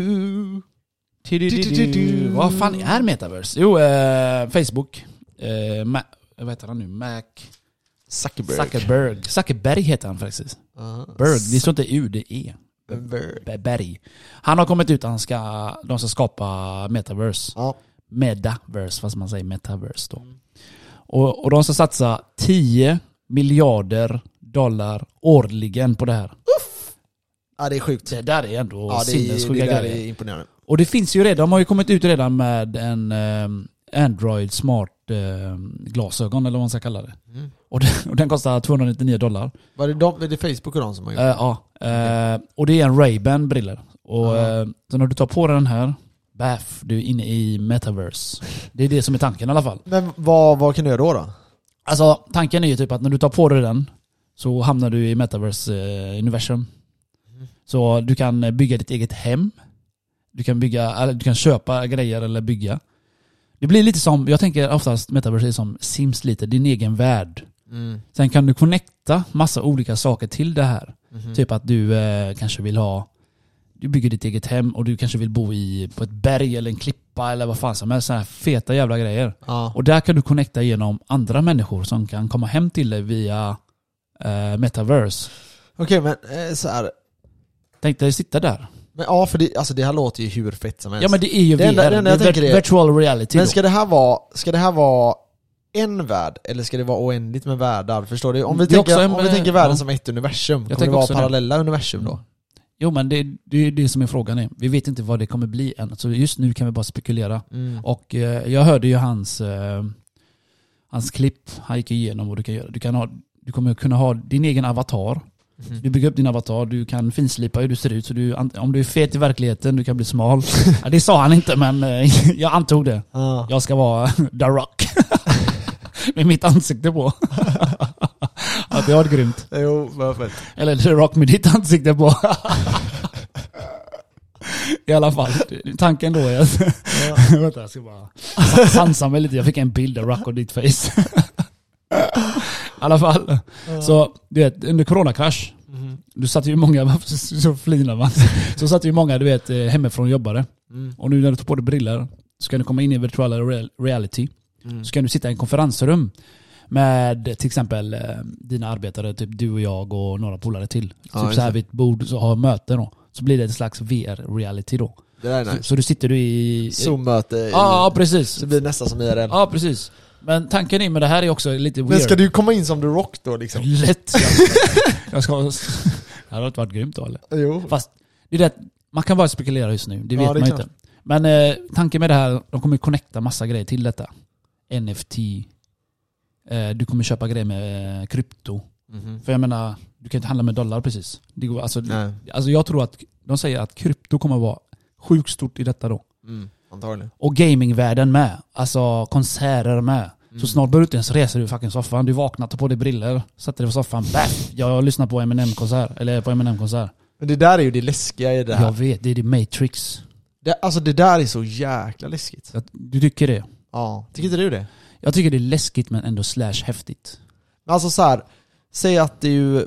Speaker 1: du.
Speaker 2: Du-du-du-du. Vad fan är Metaverse? Jo, eh, Facebook. Eh, Ma- vad heter han nu? Mac...
Speaker 1: Zuckerberg.
Speaker 2: Zuckerberg. Zuckerberg heter han faktiskt.
Speaker 1: Uh,
Speaker 2: Berg. Det står inte U, det är E.
Speaker 1: Zuckerberg.
Speaker 2: Berg. Han har kommit ut att han ska, de ska skapa Metaverse.
Speaker 1: Ja.
Speaker 2: Metaverse, fast man säger Metaverse då. Och, och de ska satsa tio miljarder dollar årligen på det här.
Speaker 1: Ja, det är sjukt.
Speaker 2: Det där är ändå
Speaker 1: Ja, det, är, det
Speaker 2: sinnessjuka
Speaker 1: där
Speaker 2: grejer.
Speaker 1: är imponerande.
Speaker 2: Och det finns ju redan, de har ju kommit ut redan med en eh, Android smart eh, glasögon eller vad man ska kalla det.
Speaker 1: Mm.
Speaker 2: Och, den, och den kostar tvåhundranittionio dollar.
Speaker 1: Var det, de, är det Facebook och de som har gjort
Speaker 2: Eh,
Speaker 1: det?
Speaker 2: ja, eh, och det är en Ray-Ban briller. Och
Speaker 1: Ja.
Speaker 2: eh, så när du tar på dig den här, baff, du är inne i Metaverse. Det är det som är tanken i alla fall.
Speaker 1: Men vad, vad kan du göra då? då?
Speaker 2: Alltså tanken är ju typ att när du tar på dig den så hamnar du i Metaverse-universum.
Speaker 1: Mm.
Speaker 2: Så du kan bygga ditt eget hem. Du kan bygga, eller du kan köpa grejer eller bygga. Det blir lite som, jag tänker oftast Metaverse är som Sims lite, din egen värld.
Speaker 1: Mm.
Speaker 2: Sen kan du connecta massa olika saker till det här.
Speaker 1: Mhm.
Speaker 2: Typ att du eh, kanske vill ha, du bygger ditt eget hem och du kanske vill bo i, på ett berg eller en klippa eller vad fan som helst. Sådana här feta jävla grejer.
Speaker 1: Ja.
Speaker 2: Och där kan du connecta genom andra människor som kan komma hem till dig via eh, Metaverse.
Speaker 1: Okej, men eh, så här.
Speaker 2: Tänk dig sitta där.
Speaker 1: Men ja, för det, alltså det här låter ju hur fett som helst.
Speaker 2: Ja men det är ju
Speaker 1: Det enda-
Speaker 2: V R,
Speaker 1: det enda jag
Speaker 2: det är
Speaker 1: tänker
Speaker 2: vir-
Speaker 1: är-
Speaker 2: virtual reality
Speaker 1: Men
Speaker 2: då.
Speaker 1: ska det här vara, ska det här vara en värld eller ska det vara oändligt med världar? Förstår du? Om vi
Speaker 2: Det är
Speaker 1: tänker,
Speaker 2: också en-
Speaker 1: om vi tänker världen
Speaker 2: ja.
Speaker 1: som ett universum, kommer
Speaker 2: tänker
Speaker 1: det vara
Speaker 2: också det.
Speaker 1: parallella universum då?
Speaker 2: Jo men det, det är det som är frågan är. Vi vet inte vad det kommer bli än. Så just nu kan vi bara spekulera.
Speaker 1: Mm.
Speaker 2: Och eh, jag hörde ju hans eh, hans klipp. Han gick igenom vad du kan göra. Du, kan ha, du kommer kunna ha din egen avatar.
Speaker 1: Mm.
Speaker 2: Du bygger upp din avatar. Du kan finslipa hur du ser ut. Så du, om du är fet i verkligheten, du kan bli smal. Ja, det sa han inte men eh, jag antog det.
Speaker 1: Ah.
Speaker 2: Jag ska vara The Rock. Med mitt ansikte på. Att det var grymt.
Speaker 1: Jo, vad fett.
Speaker 2: Eller The Rock med ditt ansikte på. I alla fall. Tanken då är att... Vänta, jag ska bara sansa mig lite. Jag fick en bild av Rock och ditt face. I alla fall. Så du vet, under coronakrasch.
Speaker 1: Mm.
Speaker 2: Du satt ju många... Så flinar man. Så satt ju många, du vet, hemifrån och jobbade.
Speaker 1: Mm.
Speaker 2: Och nu när du tar på dig briller så kan du komma in i virtual real- reality.
Speaker 1: Mm.
Speaker 2: Så kan du sitta i en konferensrum med till exempel eh, dina arbetare, typ du och jag och några polare till.
Speaker 1: Ja,
Speaker 2: typ så här vid ett bord så har möte då. Så blir det ett slags V R-reality då.
Speaker 1: Det där är
Speaker 2: Så,
Speaker 1: nice.
Speaker 2: så du sitter du i...
Speaker 1: Zoom-möte. i-
Speaker 2: Ja, ja, precis.
Speaker 1: Så det blir nästan som I R L.
Speaker 2: Ja, precis. Men tanken är med det här är också lite weird.
Speaker 1: Men ska du komma in som The Rock då liksom?
Speaker 2: Lätt. Jag ska... Det hade inte varit grymt då eller?
Speaker 1: Jo.
Speaker 2: Fast det är det, man kan bara spekulera just nu, det vet
Speaker 1: Ja, det är
Speaker 2: man
Speaker 1: klart.
Speaker 2: inte. Men eh, tanken med det här, de kommer connecta massa grejer till detta. N F T. Eh, du kommer köpa grejer med eh, krypto.
Speaker 1: Mhm.
Speaker 2: För jag menar, du kan inte handla med dollar precis. Det går, alltså,
Speaker 1: Nej.
Speaker 2: alltså jag tror att, de säger att krypto kommer vara sjukt stort i detta då.
Speaker 1: Mm. Antagligen.
Speaker 2: Och gamingvärlden med. Alltså konserter med.
Speaker 1: Mm.
Speaker 2: Så snart börjar du inte ens resa dig ur fucking soffan. Du vaknar, tar på dig briller, sätter dig på soffan. Baff! Jag lyssnar på Eminem-konsert. Eller på Eminem-konsert.
Speaker 1: Men det där är ju det läskiga i det här.
Speaker 2: Jag vet, det är det Matrix.
Speaker 1: Det, alltså det där är så jäkla läskigt.
Speaker 2: Att- Du tycker det?
Speaker 1: Ja. Tycker inte du det?
Speaker 2: Jag tycker det är läskigt men ändå slash häftigt.
Speaker 1: Alltså så här, säg att du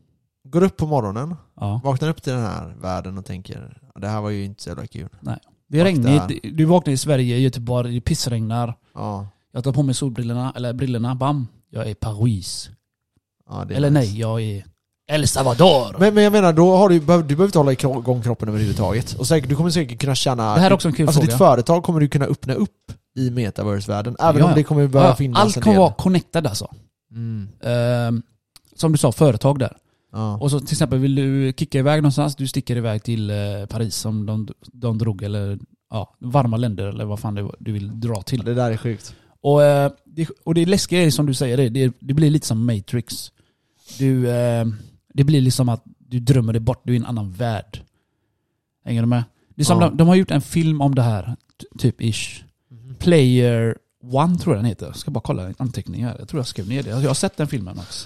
Speaker 1: går upp på morgonen,
Speaker 2: Ja.
Speaker 1: vaknar upp till den här världen och tänker det här var ju inte så jävla kul.
Speaker 2: Nej. Det är regnigt. Du vaknar i Sverige, i Göteborg, det pissregnar.
Speaker 1: Ja.
Speaker 2: Jag tar på mig solbrillorna, eller brillorna, bam. Jag är Paris.
Speaker 1: Ja, det är
Speaker 2: Eller
Speaker 1: nice.
Speaker 2: nej, jag är El Salvador.
Speaker 1: Men, men jag menar, då har du, du behöver inte hålla igång kroppen överhuvudtaget. Och säkert, du kommer säkert kunna känna...
Speaker 2: Det här är också en kul
Speaker 1: alltså
Speaker 2: fråga.
Speaker 1: ditt företag kommer du kunna öppna upp i metaverse-världen. Även
Speaker 2: Ja.
Speaker 1: om det kommer behöva
Speaker 2: Ja,
Speaker 1: finnas
Speaker 2: allt
Speaker 1: en
Speaker 2: kommer
Speaker 1: del.
Speaker 2: vara connected alltså.
Speaker 1: Mm.
Speaker 2: Ehm, som du sa, företag där.
Speaker 1: Ja.
Speaker 2: Och så till exempel vill du kicka iväg någonstans, du sticker iväg till eh, Paris som de, de drog, eller ja, varma länder eller vad fan du, du vill dra till.
Speaker 1: Det där är sjukt.
Speaker 2: Och, eh, det, och det läskiga är som du säger, det, det, det blir lite som Matrix. Du, eh, det blir liksom att du drömmer dig bort, du är i en annan värld. Hänger du med? Det är som
Speaker 1: Ja.
Speaker 2: de, de har gjort en film om det här, typ ish.
Speaker 1: Mm.
Speaker 2: Player One tror jag den heter. Jag ska bara kolla anteckningar. Jag tror jag skrev ner det. Jag har sett den filmen också.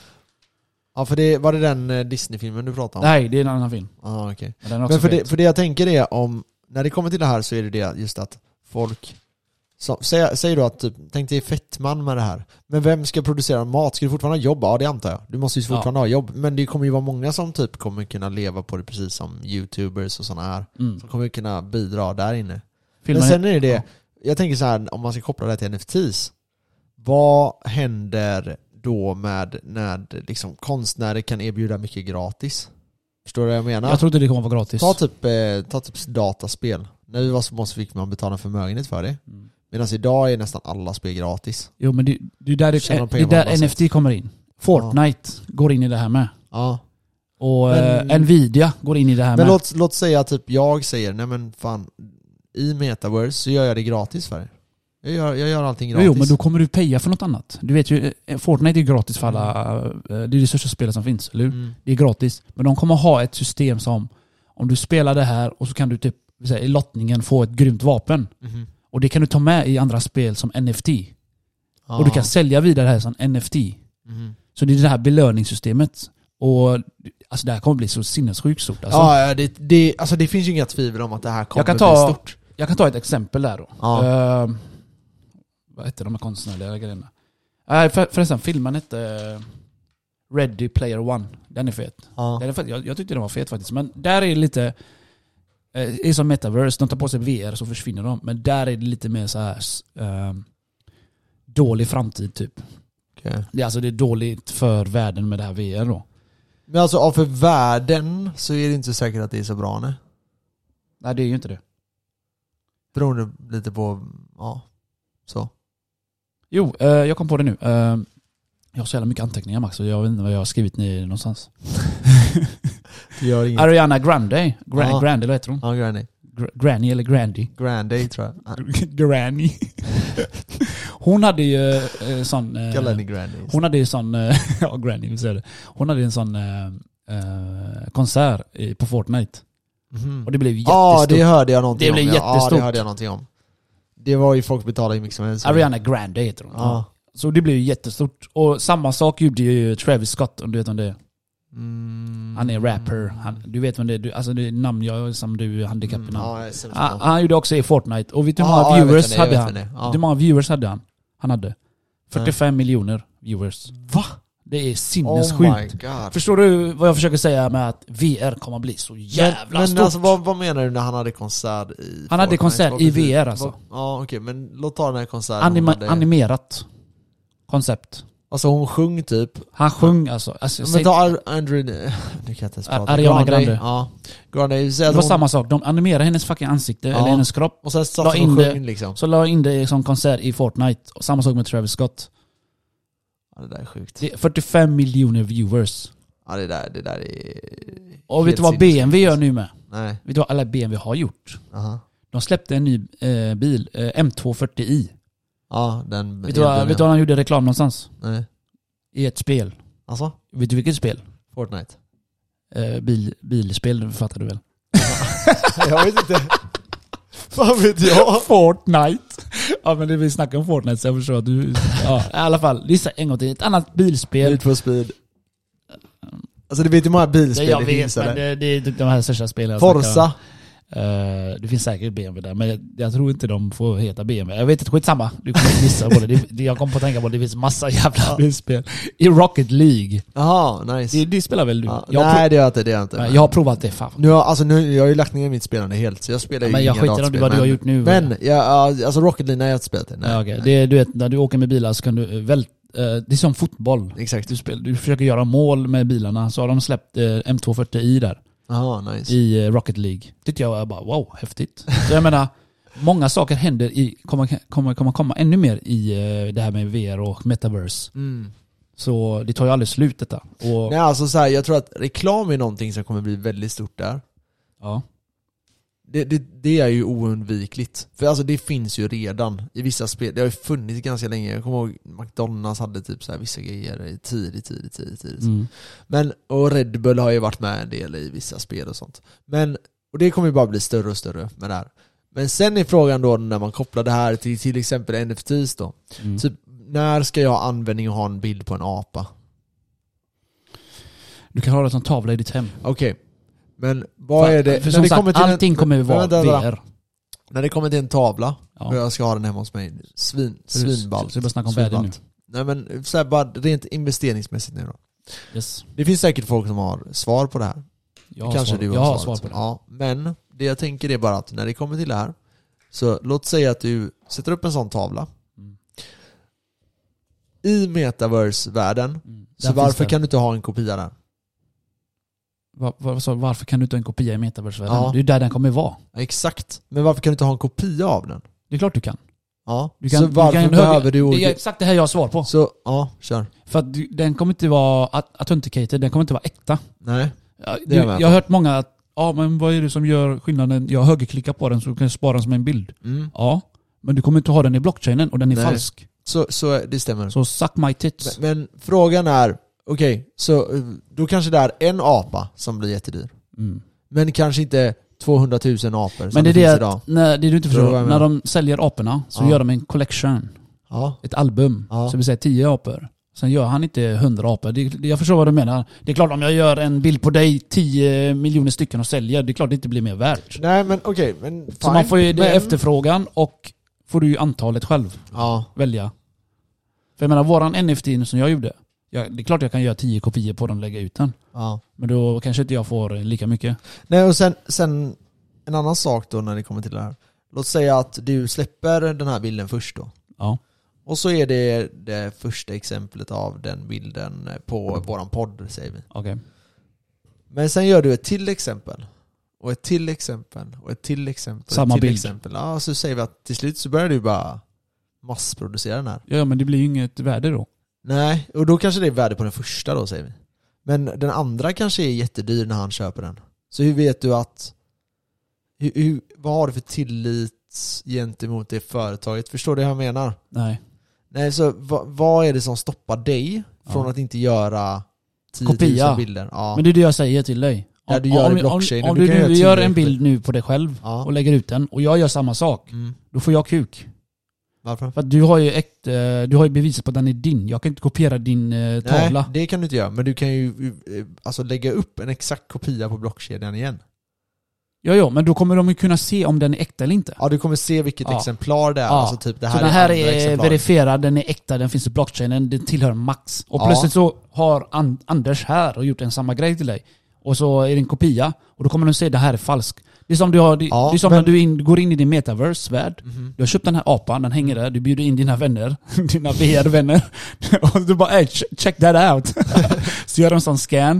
Speaker 1: Ja, för det var det den eh, Disney-filmen du pratade om?
Speaker 2: Nej, det är en annan film.
Speaker 1: Ah, okay.
Speaker 2: Men, den är också
Speaker 1: Men för
Speaker 2: fet.
Speaker 1: det, för det jag tänker är om, när det kommer till det här så är det det just att folk, så, säg, säg då att typ, tänk dig fettman med det här. Men vem ska producera mat? Ska du fortfarande jobba? Ja, det antar jag. Du måste ju fortfarande ja. ha jobb. Men det kommer ju vara många som typ kommer kunna leva på det precis som YouTubers och sådana här.
Speaker 2: Mm.
Speaker 1: Som kommer kunna bidra där inne.
Speaker 2: Filmen
Speaker 1: Men sen är det,
Speaker 2: ja.
Speaker 1: jag tänker så här, om man ska koppla det till N F Ts. Vad händer då med när liksom konstnärer kan erbjuda mycket gratis? Förstår du vad jag menar?
Speaker 2: Jag tror inte det kommer vara gratis.
Speaker 1: Ta typ, eh, ta typ dataspel. När vi var små så fick man betala en förmögenhet för det.
Speaker 2: Mm.
Speaker 1: Medan idag är nästan alla spel gratis.
Speaker 2: Jo, men det, det är där, det,
Speaker 1: Tjänar
Speaker 2: det,
Speaker 1: pengar
Speaker 2: är
Speaker 1: på
Speaker 2: där
Speaker 1: alla
Speaker 2: N F T
Speaker 1: sätt.
Speaker 2: kommer in. Fortnite går in i det här med.
Speaker 1: Ja.
Speaker 2: Och
Speaker 1: Men-
Speaker 2: eh, Nvidia går in i det här
Speaker 1: Men
Speaker 2: med.
Speaker 1: låt, låt säga att typ jag säger, nej men fan, i Metaverse så gör jag det gratis för er. Jag gör, jag gör allting
Speaker 2: Jo,
Speaker 1: gratis.
Speaker 2: jo, men då kommer du paya för något annat. Du vet ju, eh, Fortnite är gratis för alla. eh, Det är det största spelet som finns, eller hur?
Speaker 1: Mm.
Speaker 2: Det är gratis. Men de kommer ha ett system som, om du spelar det här och så kan du typ vi säger, i lottningen få ett grymt vapen.
Speaker 1: Mhm.
Speaker 2: Och det kan du ta med i andra spel som N F T.
Speaker 1: Ja.
Speaker 2: Och du kan sälja vidare det här som N F T.
Speaker 1: Mhm.
Speaker 2: Så det är det här belöningssystemet. Och alltså det här kommer bli så sinnessjukt stort. Alltså.
Speaker 1: Ja, ja, det, det, alltså det finns ju inga tvivel om att det här kommer
Speaker 2: Jag kan
Speaker 1: bli
Speaker 2: ta-
Speaker 1: stort.
Speaker 2: Jag kan ta ett exempel där då.
Speaker 1: Ja.
Speaker 2: Uh, vad heter de här konstnärliga grejerna? Uh, för, förresten, filmen hette uh, Ready Player One. Den är fet.
Speaker 1: Ja.
Speaker 2: Den är fet. Jag, jag tyckte den var fet faktiskt. Men där är det lite... Uh, det är som Metaverse. De tar på sig V R så försvinner de. Men där är det lite mer så här uh, dålig framtid typ.
Speaker 1: Okay.
Speaker 2: Det är alltså det är dåligt för världen med det här V R då.
Speaker 1: Men alltså, ja, för världen så är det inte säkert att det är så bra, nej.
Speaker 2: Nej, det är ju inte det.
Speaker 1: Beroende lite på, ja, så.
Speaker 2: Jo, uh, jag kom på det nu. Uh, jag har så jävla mycket anteckningar Max, och jag vet inte vad jag har skrivit ner någonstans.
Speaker 1: Det gör inget.
Speaker 2: Ariana Grande. Gra-
Speaker 1: Ja.
Speaker 2: Grande, eller heter hon?
Speaker 1: Ja, Granny.
Speaker 2: Gr- Granny eller Grandy?
Speaker 1: Grandy tror jag.
Speaker 2: Granny. Hon hade ju eh, sån... Eh,
Speaker 1: Kalla henne Granny.
Speaker 2: hon hade ju sån... Eh, ja, Granny, vi säger det. Hon hade en sån eh, eh, konsert i, på Fortnite.
Speaker 1: Mhm.
Speaker 2: Och det blev jättestort.
Speaker 1: Ja, det hörde jag någonting
Speaker 2: Det
Speaker 1: om.
Speaker 2: blev
Speaker 1: ja. Ja,
Speaker 2: jättestort.
Speaker 1: det hörde jag någonting om. Det var ju folk betalade ju mycket som helst.
Speaker 2: Ariana Grande heter hon.
Speaker 1: Ja.
Speaker 2: Så det blev ju jättestort. Och samma sak gjorde ju Travis Scott, om du vet om det är.
Speaker 1: Mm.
Speaker 2: Han är rapper. Han, du vet vem det är. Du, alltså det är namn jag som du är handikapp i
Speaker 1: Mm,
Speaker 2: namn.
Speaker 1: ja, jag är sämst på
Speaker 2: Han,
Speaker 1: namn.
Speaker 2: han gjorde också i Fortnite. Och vet du hur
Speaker 1: Ja,
Speaker 2: många
Speaker 1: ja, jag vet
Speaker 2: viewers
Speaker 1: vem det är,
Speaker 2: hade
Speaker 1: jag
Speaker 2: han?
Speaker 1: vet vem det är. Ja.
Speaker 2: Hur många viewers hade han? Han hade fyrtiofem miljoner viewers.
Speaker 1: Va?
Speaker 2: Det är
Speaker 1: Oh
Speaker 2: sinnessjukt.
Speaker 1: my god.
Speaker 2: Förstår du vad jag försöker säga med att V R kommer att bli så jävla
Speaker 1: men, men
Speaker 2: stort?
Speaker 1: alltså vad, vad menar du när han hade konsert i
Speaker 2: Han hade
Speaker 1: Fortnite?
Speaker 2: konsert
Speaker 1: Vad
Speaker 2: i
Speaker 1: betyder-
Speaker 2: V R alltså.
Speaker 1: vad- Ja okej, men låt ta den här konserten.
Speaker 2: Anima,
Speaker 1: hon hade,
Speaker 2: Animerat koncept.
Speaker 1: Alltså hon sjöng typ.
Speaker 2: Han sjöng alltså. alltså
Speaker 1: Men
Speaker 2: säg,
Speaker 1: ta Ar- Andrew... Nu kan jag inte ens
Speaker 2: Ar-
Speaker 1: prata.
Speaker 2: Ariana Grande.
Speaker 1: Ja. Grande. Så
Speaker 2: det
Speaker 1: att
Speaker 2: var
Speaker 1: hon,
Speaker 2: samma sak. De animerade hennes fucking ansikte,
Speaker 1: Ja.
Speaker 2: eller hennes kropp.
Speaker 1: och sen
Speaker 2: la
Speaker 1: satt hon
Speaker 2: in
Speaker 1: och
Speaker 2: det-
Speaker 1: sjöng liksom.
Speaker 2: Så la in det som konsert i Fortnite. Och samma sak med Travis Scott.
Speaker 1: Ja, det där är sjukt.
Speaker 2: Det är fyrtiofem miljoner viewers.
Speaker 1: Ja det där, det där är...
Speaker 2: Och vet
Speaker 1: helt
Speaker 2: du vad B M W
Speaker 1: sinnessjukt.
Speaker 2: gör nu med?
Speaker 1: Nej.
Speaker 2: Vet du vad alla B M W har gjort?
Speaker 1: Aha.
Speaker 2: De släppte en ny eh, bil, eh, M två fyrtio i.
Speaker 1: Ja, den...
Speaker 2: Vet du, vad, vet du vad han gjorde reklam någonstans?
Speaker 1: Nej.
Speaker 2: I ett spel.
Speaker 1: Alltså?
Speaker 2: Vet du vilket spel?
Speaker 1: Fortnite.
Speaker 2: Eh, bil, bilspel, fattar du väl?
Speaker 1: Jag vet inte. Vad vet jag?
Speaker 2: Fortnite. Ja men det vi snackar om Fortnite så jag förstår att du... Ja, i alla fall. Lissa en gång till. Ett annat bilspel.
Speaker 1: Need for speed. Alltså du vet ju hur många bilspel
Speaker 2: Det jag
Speaker 1: det
Speaker 2: vet,
Speaker 1: finns
Speaker 2: men
Speaker 1: eller?
Speaker 2: det, det är de här största spelen jag snackar om.
Speaker 1: Forza.
Speaker 2: Uh, det finns säkert B M W där, men jag, jag tror inte de får heta B M W. Jag vet inte, skitsamma. Du kommer inte missa på det. det, det jag kom på att tänka på att det finns massa jävla bilspel. I Rocket League.
Speaker 1: Jaha, nice.
Speaker 2: Det, det spelar väl du?
Speaker 1: Ja,
Speaker 2: jag
Speaker 1: nej, det gör jag inte. Det gör jag inte.
Speaker 2: Jag har provat det, fan.
Speaker 1: Nu har, alltså, nu, jag har ju lagt ner mitt spelande helt, så jag spelar ju
Speaker 2: ja, men jag
Speaker 1: inga
Speaker 2: skiter om vad du har gjort nu.
Speaker 1: Men, jag, alltså Rocket League, nej, jag har inte spelat det. Nej.
Speaker 2: Ja, okay. det du vet, när du åker med bilar så kan du väl det är som fotboll.
Speaker 1: Exakt.
Speaker 2: Du, spel, du försöker göra mål med bilarna, så har de släppt eh, M tvåhundrafyrtio i där.
Speaker 1: Aha, nice.
Speaker 2: I eh, Rocket League. Tyckte jag var bara wow, häftigt. Så jag menar, många saker händer i, kommer, kommer, kommer komma ännu mer i eh, det här med V R och metaverse.
Speaker 1: Mm.
Speaker 2: Så det tar ju aldrig slut detta. Och,
Speaker 1: nej, alltså så här, jag tror att reklam är någonting som kommer bli väldigt stort där.
Speaker 2: Ja.
Speaker 1: Det, det, det är ju oundvikligt. För alltså det finns ju redan i vissa spel. Det har ju funnits ganska länge. Jag kommer ihåg McDonalds hade typ så här vissa grejer i tidigt, tidigt, tidigt, tidigt.
Speaker 2: Mm.
Speaker 1: Men, och Red Bull har ju varit med en del i vissa spel och sånt. Men, och det kommer ju bara bli större och större med det här. Men sen är frågan då när man kopplar det här till till exempel N F Ts då.
Speaker 2: Mm.
Speaker 1: Typ, när ska jag ha användning och ha en bild på en apa?
Speaker 2: Du kan ha det som tavla i ditt hem.
Speaker 1: Okej. Okay. Men vad
Speaker 2: för,
Speaker 1: är det?
Speaker 2: För som
Speaker 1: det
Speaker 2: sagt,
Speaker 1: kommer till
Speaker 2: allting
Speaker 1: en,
Speaker 2: kommer ju vara
Speaker 1: vänta, vänta.
Speaker 2: V R.
Speaker 1: När det kommer till en tavla,
Speaker 2: Ja.
Speaker 1: och jag ska ha den hemma hos mig, svin, svinballt.
Speaker 2: Så vi bara snacka om värde nu.
Speaker 1: Nej men så här, bara rent investeringsmässigt nu då.
Speaker 2: Yes.
Speaker 1: Det finns säkert folk som har svar på det här.
Speaker 2: Jag har
Speaker 1: Kanske
Speaker 2: svar,
Speaker 1: du har,
Speaker 2: jag har
Speaker 1: svar
Speaker 2: svar på det.
Speaker 1: Ja, men det jag tänker är bara att när det kommer till det här, så låt säga att du sätter upp en sån tavla.
Speaker 2: Mm.
Speaker 1: I metaverse-världen,
Speaker 2: Mm.
Speaker 1: så varför kan du inte ha en kopia där?
Speaker 2: Var, var, var, varför kan du inte ha en kopia i metaverse-världen?
Speaker 1: Ja.
Speaker 2: Det är ju där den kommer vara.
Speaker 1: Exakt. Men varför kan du inte ha en kopia av den?
Speaker 2: Det är klart du kan.
Speaker 1: Ja.
Speaker 2: Du kan
Speaker 1: så varför
Speaker 2: du kan
Speaker 1: behöver
Speaker 2: höga,
Speaker 1: du...
Speaker 2: Det är exakt det här jag har svar på.
Speaker 1: Så, ja, kör.
Speaker 2: För att du, den kommer inte vara authenticated, den kommer inte vara äkta.
Speaker 1: Nej.
Speaker 2: Ja,
Speaker 1: Det
Speaker 2: du,
Speaker 1: är jag
Speaker 2: jag har hört många att, ja men vad är det som gör skillnaden? Jag högerklickar på den så du kan spara den som en bild.
Speaker 1: Mm.
Speaker 2: Ja, men du kommer inte ha den i blockchainen och den är
Speaker 1: Nej.
Speaker 2: falsk.
Speaker 1: Så, så det stämmer.
Speaker 2: Så suck my tits.
Speaker 1: Men, men frågan är, okej, okay, så då kanske det är en apa som blir jättedyr.
Speaker 2: Mm.
Speaker 1: Men kanske inte tvåhundratusen apor som
Speaker 2: Men det är
Speaker 1: det,
Speaker 2: det
Speaker 1: finns
Speaker 2: att,
Speaker 1: idag.
Speaker 2: när, det du inte
Speaker 1: Förstår du vad
Speaker 2: förstår,
Speaker 1: jag
Speaker 2: när
Speaker 1: menar?
Speaker 2: de säljer aporna så
Speaker 1: Ja.
Speaker 2: gör de en collection.
Speaker 1: Ja.
Speaker 2: Ett album.
Speaker 1: Ja.
Speaker 2: Så vi säger tio apor. Sen gör han inte hundra apor. Det, det, jag förstår vad du menar. Det är klart om jag gör en bild på dig, tio miljoner stycken och säljer, det är klart det inte blir mer värt.
Speaker 1: Nej men okej, okay, men fine.
Speaker 2: Så man får ju det
Speaker 1: men...
Speaker 2: efterfrågan och får du ju antalet själv
Speaker 1: Ja.
Speaker 2: välja. För jag menar, våran N F T som jag gjorde, jag, det är klart jag kan göra tio kopior på den och lägga ut den.
Speaker 1: Ja.
Speaker 2: Men då kanske inte jag får lika mycket.
Speaker 1: Nej, och sen, sen en annan sak då när det kommer till det här. Låt säga att du släpper den här bilden först då.
Speaker 2: Ja.
Speaker 1: Och så är det det första exemplet av den bilden på våran podd, säger vi.
Speaker 2: Okej. Okay.
Speaker 1: Men sen gör du ett till exempel. Och ett till exempel. Och ett till exempel.
Speaker 2: Samma
Speaker 1: ett till
Speaker 2: bild.
Speaker 1: Exempel. Ja, så säger vi att till slut så börjar du bara massproducera den här.
Speaker 2: Ja, men det blir ju inget värde då.
Speaker 1: Nej, och då kanske det är värde på den första då, säger vi. Men den andra kanske är jättedyr när han köper den. Så hur vet du att... Hur, hur, vad har du för tillit gentemot det företaget? Förstår du vad jag menar?
Speaker 2: Nej.
Speaker 1: Nej, så vad, vad är det som stoppar dig från
Speaker 2: Ja.
Speaker 1: att inte göra tio tusen
Speaker 2: Kopia.
Speaker 1: bilder? Ja.
Speaker 2: Men det är det jag säger till dig.
Speaker 1: Ja, du gör
Speaker 2: om,
Speaker 1: i blockchain.
Speaker 2: om, om
Speaker 1: du
Speaker 2: du,
Speaker 1: kan
Speaker 2: nu
Speaker 1: göra
Speaker 2: gör en
Speaker 1: tillräckligt.
Speaker 2: bild nu på dig själv
Speaker 1: Ja.
Speaker 2: och lägger ut den och jag gör samma sak,
Speaker 1: Mm.
Speaker 2: då får jag kuk.
Speaker 1: Varför?
Speaker 2: För att du har ju äkt, eh, du har ju beviset på att den är din. Jag kan inte kopiera din eh, tavla.
Speaker 1: Nej, det kan du inte göra. Men du kan ju eh, alltså lägga upp en exakt kopia på blockkedjan igen.
Speaker 2: Ja, ja, men då kommer de ju kunna se om den är äkta eller inte.
Speaker 1: Ja, du kommer se vilket
Speaker 2: Ja.
Speaker 1: exemplar det är.
Speaker 2: Ja.
Speaker 1: Alltså typ det här
Speaker 2: Så den här
Speaker 1: andra
Speaker 2: är
Speaker 1: exemplaret.
Speaker 2: verifierad, den är äkta, den finns i blockchainen, den tillhör Max. Och
Speaker 1: Ja.
Speaker 2: plötsligt så har An- Anders här och gjort en samma grej till dig. Och så är det en kopia. Och då kommer de se att det här är falsk. Det är som, du har, det,
Speaker 1: Ja,
Speaker 2: det är som
Speaker 1: men-
Speaker 2: när du in, går in i din metaverse-värld.
Speaker 1: Mhm.
Speaker 2: Du har köpt den här apan, den hänger där. Du bjuder in dina vänner, dina V R-vänner. Och du bara, hey, check that out. Så gör de en sån scan.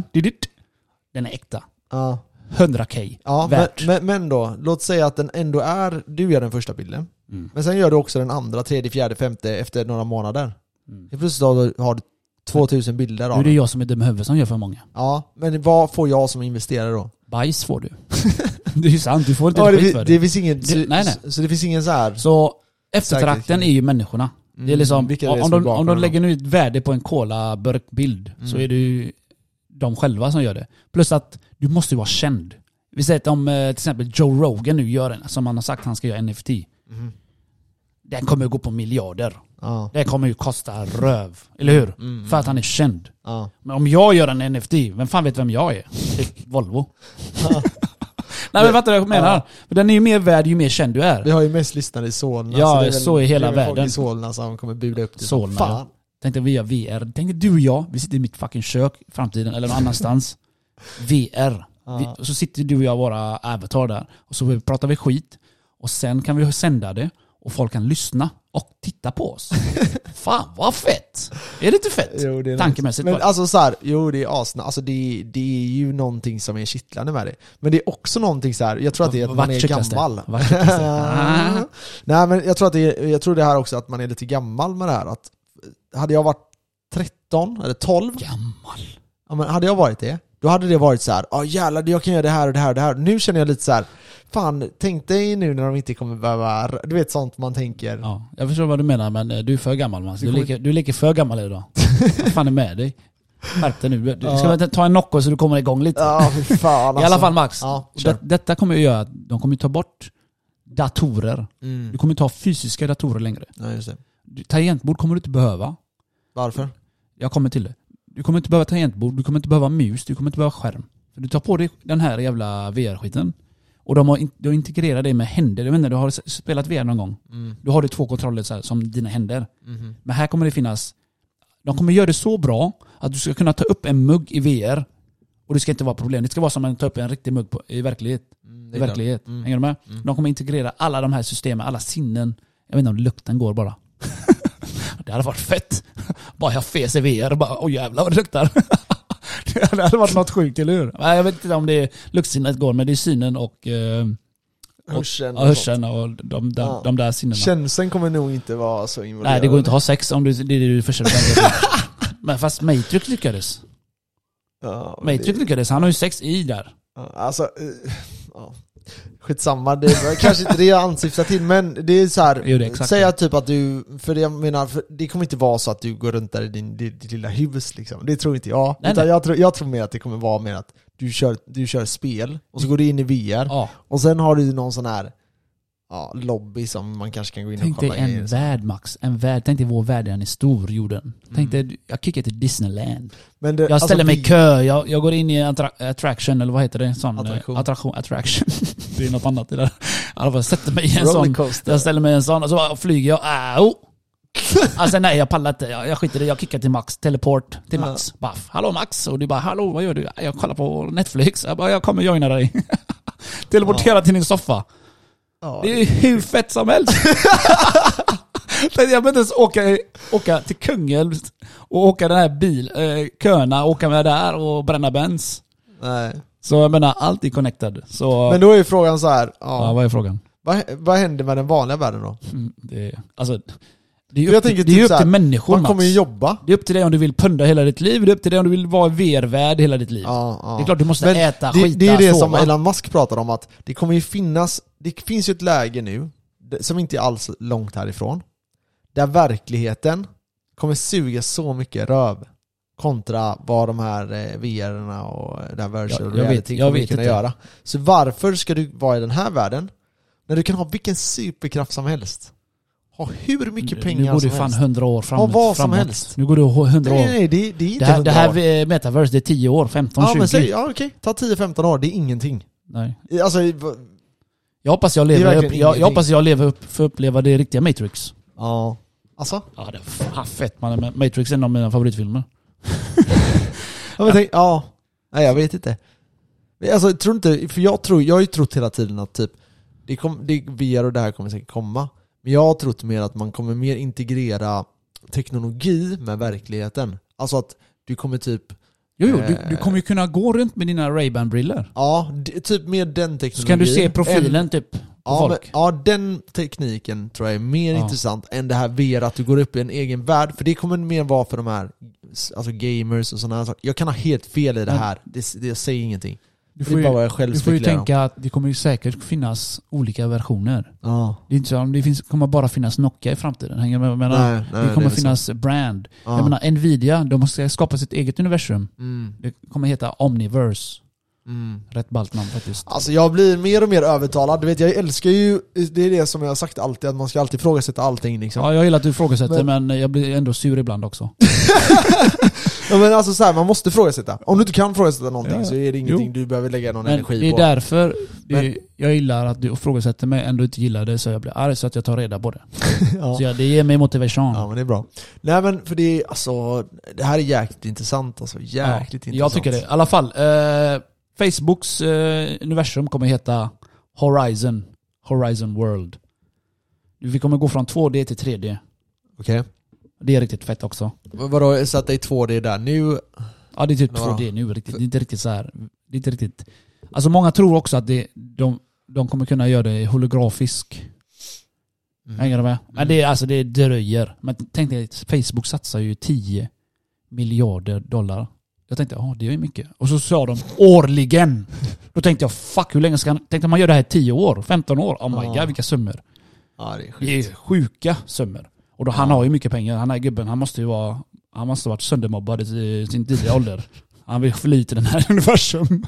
Speaker 2: Den är äkta.
Speaker 1: Ja.
Speaker 2: hundra k
Speaker 1: Ja, men,
Speaker 2: värt.
Speaker 1: men, men då, låt säga att den ändå är, du gör den första bilden.
Speaker 2: Mm.
Speaker 1: Men sen gör du också den andra, tredje, fjärde, femte efter några månader.
Speaker 2: Mm.
Speaker 1: Helt plötsligt har du, har du tvåtusen bilder
Speaker 2: Nu
Speaker 1: av
Speaker 2: är det
Speaker 1: den.
Speaker 2: jag som är dum i huvudet som gör för många.
Speaker 1: Ja, men vad får jag som investerare då?
Speaker 2: Bajs får du. Det är ju sant, du får inte
Speaker 1: Ja,
Speaker 2: skit
Speaker 1: det,
Speaker 2: för
Speaker 1: det,
Speaker 2: det.
Speaker 1: finns ingen, så,
Speaker 2: Det- nej, nej.
Speaker 1: så det finns ingen så här.
Speaker 2: Så eftertrakten är ju människorna. Det är liksom,
Speaker 1: Mm, vilka är det
Speaker 2: om,
Speaker 1: som är
Speaker 2: de,
Speaker 1: bakom
Speaker 2: om de
Speaker 1: den
Speaker 2: lägger nu ett värde på en colaburkbild så
Speaker 1: Mm.
Speaker 2: är det ju de själva som gör det. Plus att du måste ju vara känd. Vi säger att om eh, till exempel Joe Rogan nu gör en, som han har sagt han ska göra N F T.
Speaker 1: Mhm.
Speaker 2: Den kommer ju gå på miljarder.
Speaker 1: Ja.
Speaker 2: Det kommer ju kosta röv. Eller hur?
Speaker 1: Mm.
Speaker 2: För att han är känd.
Speaker 1: Ja.
Speaker 2: Men om jag gör en N F T, vem fan vet vem jag är? Det är Volvo. Nej men fattar du vad jag menar? Ja. För den är ju mer värd ju mer känd du är.
Speaker 1: Vi har ju mest lyssnare i Solna.
Speaker 2: Ja,
Speaker 1: så, det är väl,
Speaker 2: så i hela
Speaker 1: det är väl
Speaker 2: världen.
Speaker 1: folk i Solna som kommer buda upp till
Speaker 2: Solna.
Speaker 1: Fan.
Speaker 2: Tänkte vi gör V R. Tänkte du och jag, vi sitter i mitt fucking kök i framtiden eller någon annanstans. V R.
Speaker 1: Ja.
Speaker 2: Vi, så sitter du och jag, våra avatar där. Och så pratar vi skit. Och sen kan vi sända det. Och folk kan lyssna och titta på oss. Fan vad fett! Är det inte fett?
Speaker 1: Jo, det är
Speaker 2: tankemässigt.
Speaker 1: Men alltså så här, jo det är asna. Alltså det, det är ju någonting som är kittlande med det. Men det är också någonting så här. Jag tror att det är att man är gammal. ah. Nej men jag tror att det är, jag tror det här också att man är lite gammal med det här. Att hade jag varit tretton eller tolv.
Speaker 2: Gammal.
Speaker 1: Ja men hade jag varit det, då hade det varit så här, ja oh, jävlar jag kan göra det här och det här och det här. Nu känner jag lite så här, fan tänk dig nu när de inte kommer behöva, du vet sånt man tänker.
Speaker 2: Ja, jag förstår vad du menar men du är för gammal man. Du, kommer... leker, du leker för gammal idag. Vad fan är med dig? Skärp dig nu. Du ska ja. ta en Nocco så du kommer igång lite.
Speaker 1: Ja, för fan, alltså.
Speaker 2: I alla fall Max.
Speaker 1: Ja,
Speaker 2: det, detta kommer ju göra att de kommer ta bort datorer. Mm. Du kommer inte ha fysiska datorer längre.
Speaker 1: Ja, just det.
Speaker 2: Tangentbord kommer du inte behöva.
Speaker 1: Varför?
Speaker 2: Jag kommer till det. Du kommer inte behöva tangentbord, du kommer inte behöva mus, du kommer inte behöva skärm. För du tar på dig den här jävla V R-skiten. Och de har, in, de har integrerat det med händer. Jag vet inte, du har spelat V R någon gång. Mm. Du har det två kontroller så här, som dina händer. Mm. Men här kommer det finnas... De kommer göra det så bra att du ska kunna ta upp en mugg i V R. Och det ska inte vara problem. Det ska vara som att ta upp en riktig mugg på, i verklighet. Mm, I verklighet. Mm. Hänger du med? Mm. De kommer integrera alla de här systemen, alla sinnen. Jag vet inte om lukten går bara. Det hade varit fett. Bara jag fes i V R och bara, åh jävlar vad det luktar. Det hade varit något sjukt, eller hur? Jag vet inte om det är luktsinnet går, men det är synen och... Eh,
Speaker 1: hörseln
Speaker 2: och, och, hörseln och de, de, ja. de där sinnena.
Speaker 1: Känslan kommer nog inte vara så involverad.
Speaker 2: Nej, det går inte att ha sex om du, det är det du försöker. Men fast Matrix lyckades.
Speaker 1: Ja,
Speaker 2: Matrix det... lyckades, han har ju sex i där.
Speaker 1: Ja, alltså... Uh, ja. Skitsamma, det är kanske inte det jag ansyftar till, men det är så här. Jo, det är säg att typ att du, för det jag menar, för det kommer inte vara så att du går runt där i din, din, din lilla hus liksom. Det tror inte jag. Nej, utan nej. Jag, tror, jag tror mer att det kommer vara mer att du kör, du kör spel och så går du in i V R ja. Och sen har du någon sån här ja, lobby som man kanske kan gå in
Speaker 2: tänk
Speaker 1: och kolla
Speaker 2: in. Tänk dig en värld, Max. En värld. Tänk dig vår värld, den är stor, jorden. Mm. Tänk dig, jag kickar till Disneyland. Men det, jag ställer alltså, mig i kö. Jag, jag går in i en attra- attraction, eller vad heter det? Sån, attraktion. Attraktion, attraction. Det är något annat i det där. Jag sätter mig i en sån. Jag ställer mig i en sån och så flyger jag. Äh, oh. Alltså nej, jag pallar inte. Jag, jag skiter i det. Jag kickar till Max. Teleport till Max. Ja. Baff. Hallå Max. Och du bara, hallå, vad gör du? Jag kollar på Netflix. Jag bara, jag kommer joina dig. Teleportera ja. till din soffa. Ja, det är ju hur fett som helst. Jag behöver inte ens åka, åka till Kungälv och åka den här bil, eh, köna, åka med där och bränna bens. Nej. Så jag menar, allt är connected. Så,
Speaker 1: men då är frågan så här.
Speaker 2: Ja, ja vad är frågan?
Speaker 1: Vad, vad händer med den vanliga världen då?
Speaker 2: Mm, det, alltså, det är upp, till, det är typ upp till här, människor,
Speaker 1: man kommer ju jobba.
Speaker 2: Det är upp till dig om du vill punda hela ditt liv. Det är upp till dig om du vill vara V R-värd hela ditt liv. Ja, ja. Det är klart du måste men äta, det, skita,
Speaker 1: det är det
Speaker 2: sova.
Speaker 1: Som Elon Musk pratar om, att det kommer ju finnas, det finns ju ett läge nu som inte är alls långt härifrån, där verkligheten kommer suga så mycket röv kontra vad de här V R-erna och det här virtual
Speaker 2: ja, reality kommer
Speaker 1: kunna inte. göra. Så varför ska du vara i den här världen när du kan ha vilken superkraft som helst? Ha hur mycket pengar som helst. Nu går
Speaker 2: du fan hundra år framåt.
Speaker 1: Ha vad som framåt. helst.
Speaker 2: Nu går du hundra år.
Speaker 1: Nej, nej, det, det är inte
Speaker 2: det här,
Speaker 1: hundra
Speaker 2: det här
Speaker 1: år.
Speaker 2: Metaverse, det är tio år, femton,
Speaker 1: ja,
Speaker 2: tjugo.
Speaker 1: Men säg, ja, okej. Ta tio femton år, det är ingenting.
Speaker 2: Nej.
Speaker 1: Alltså,
Speaker 2: jag hoppas jag lever upp, jag, jag hoppas jag lever upp för att uppleva det riktiga Matrix.
Speaker 1: Ja. Alltså?
Speaker 2: Ja, det är fan fett man. Matrix är en av mina favoritfilmer.
Speaker 1: ja, men tänk, ja. Nej, jag vet inte. Alltså, jag tror inte, för jag tror, jag har ju trott hela tiden att typ det, kom, det V R och det här kommer säkert komma. Men jag har trott mer att man kommer mer integrera teknologi med verkligheten. Alltså att du kommer typ...
Speaker 2: Jo, jo, du, du kommer ju kunna gå runt med dina Ray-Ban-briller.
Speaker 1: Ja, d- typ med den teknologin.
Speaker 2: Så kan du se profilen en, typ på
Speaker 1: ja,
Speaker 2: folk.
Speaker 1: Men, ja, den tekniken tror jag är mer ja. intressant än det här V R, att du går upp i en egen värld. För det kommer mer vara för de här alltså gamers och sådana här saker. Jag kan ha helt fel i det här. Det, det säger ingenting.
Speaker 2: Du får, ju, du får ju tänka att det kommer ju säkert finnas olika versioner. Ja. Det är inte så, det finns, kommer bara finnas Nokia i framtiden. Hänger med, menar, nej, nej, det kommer det finnas så. brand. Ja. Jag menar, Nvidia, de måste skapa sitt eget universum. Mm. Det kommer heta Omniverse.
Speaker 1: Mm.
Speaker 2: Rätt ballt namn faktiskt.
Speaker 1: Alltså jag blir mer och mer övertalad. Du vet, jag älskar ju, det är det som jag har sagt alltid, att man ska alltid ifrågasätta allting liksom.
Speaker 2: Ja, jag gillar att du ifrågasätter, men... men jag blir ändå sur ibland också.
Speaker 1: Ja, men alltså så här, man måste ifrågasätta. Om du inte kan ifrågasätta någonting ja. så är det ingenting
Speaker 2: jo.
Speaker 1: du behöver lägga någon
Speaker 2: men
Speaker 1: energi på.
Speaker 2: Det är på. därför det,
Speaker 1: men...
Speaker 2: jag gillar att du ifrågasätter mig, ändå inte gillar det, så jag blir arg så att jag tar reda på det. ja. Så ja, det ger mig motivation.
Speaker 1: Ja, men det är bra. Nej men för det är, alltså, det här är jäkligt intressant alltså, jäkligt ja, intressant.
Speaker 2: Jag tycker det. I alla fall, eh, Facebooks eh, universum kommer heta Horizon, Horizon World. Vi kommer gå från två D till tre D.
Speaker 1: Okej. Okay.
Speaker 2: Det är riktigt fett också.
Speaker 1: Vadå, så att det är två D där nu?
Speaker 2: Ja, det är typ två D nu. Riktigt. Det är inte riktigt så här. Det är inte riktigt. Alltså många tror också att det, de, de kommer kunna göra det holografisk. Mm. Hänger du med? Mm. Men det, alltså, det dröjer. Men tänk dig, Facebook satsar ju tio miljarder dollar. Jag tänkte, ja det är ju mycket. Och så sa de, årligen. Då tänkte jag, fuck hur länge ska han... Tänkte man gör det här i tio år, femton år. Oh my ja. god, vilka summor.
Speaker 1: Ja, det är sjukt.
Speaker 2: Det är sjuka summor. Och då, ja. han har ju mycket pengar. Han är gubben, han måste ju vara... Han måste ha varit söndermobbad i sin tidiga ålder. Han vill fly till den här universum.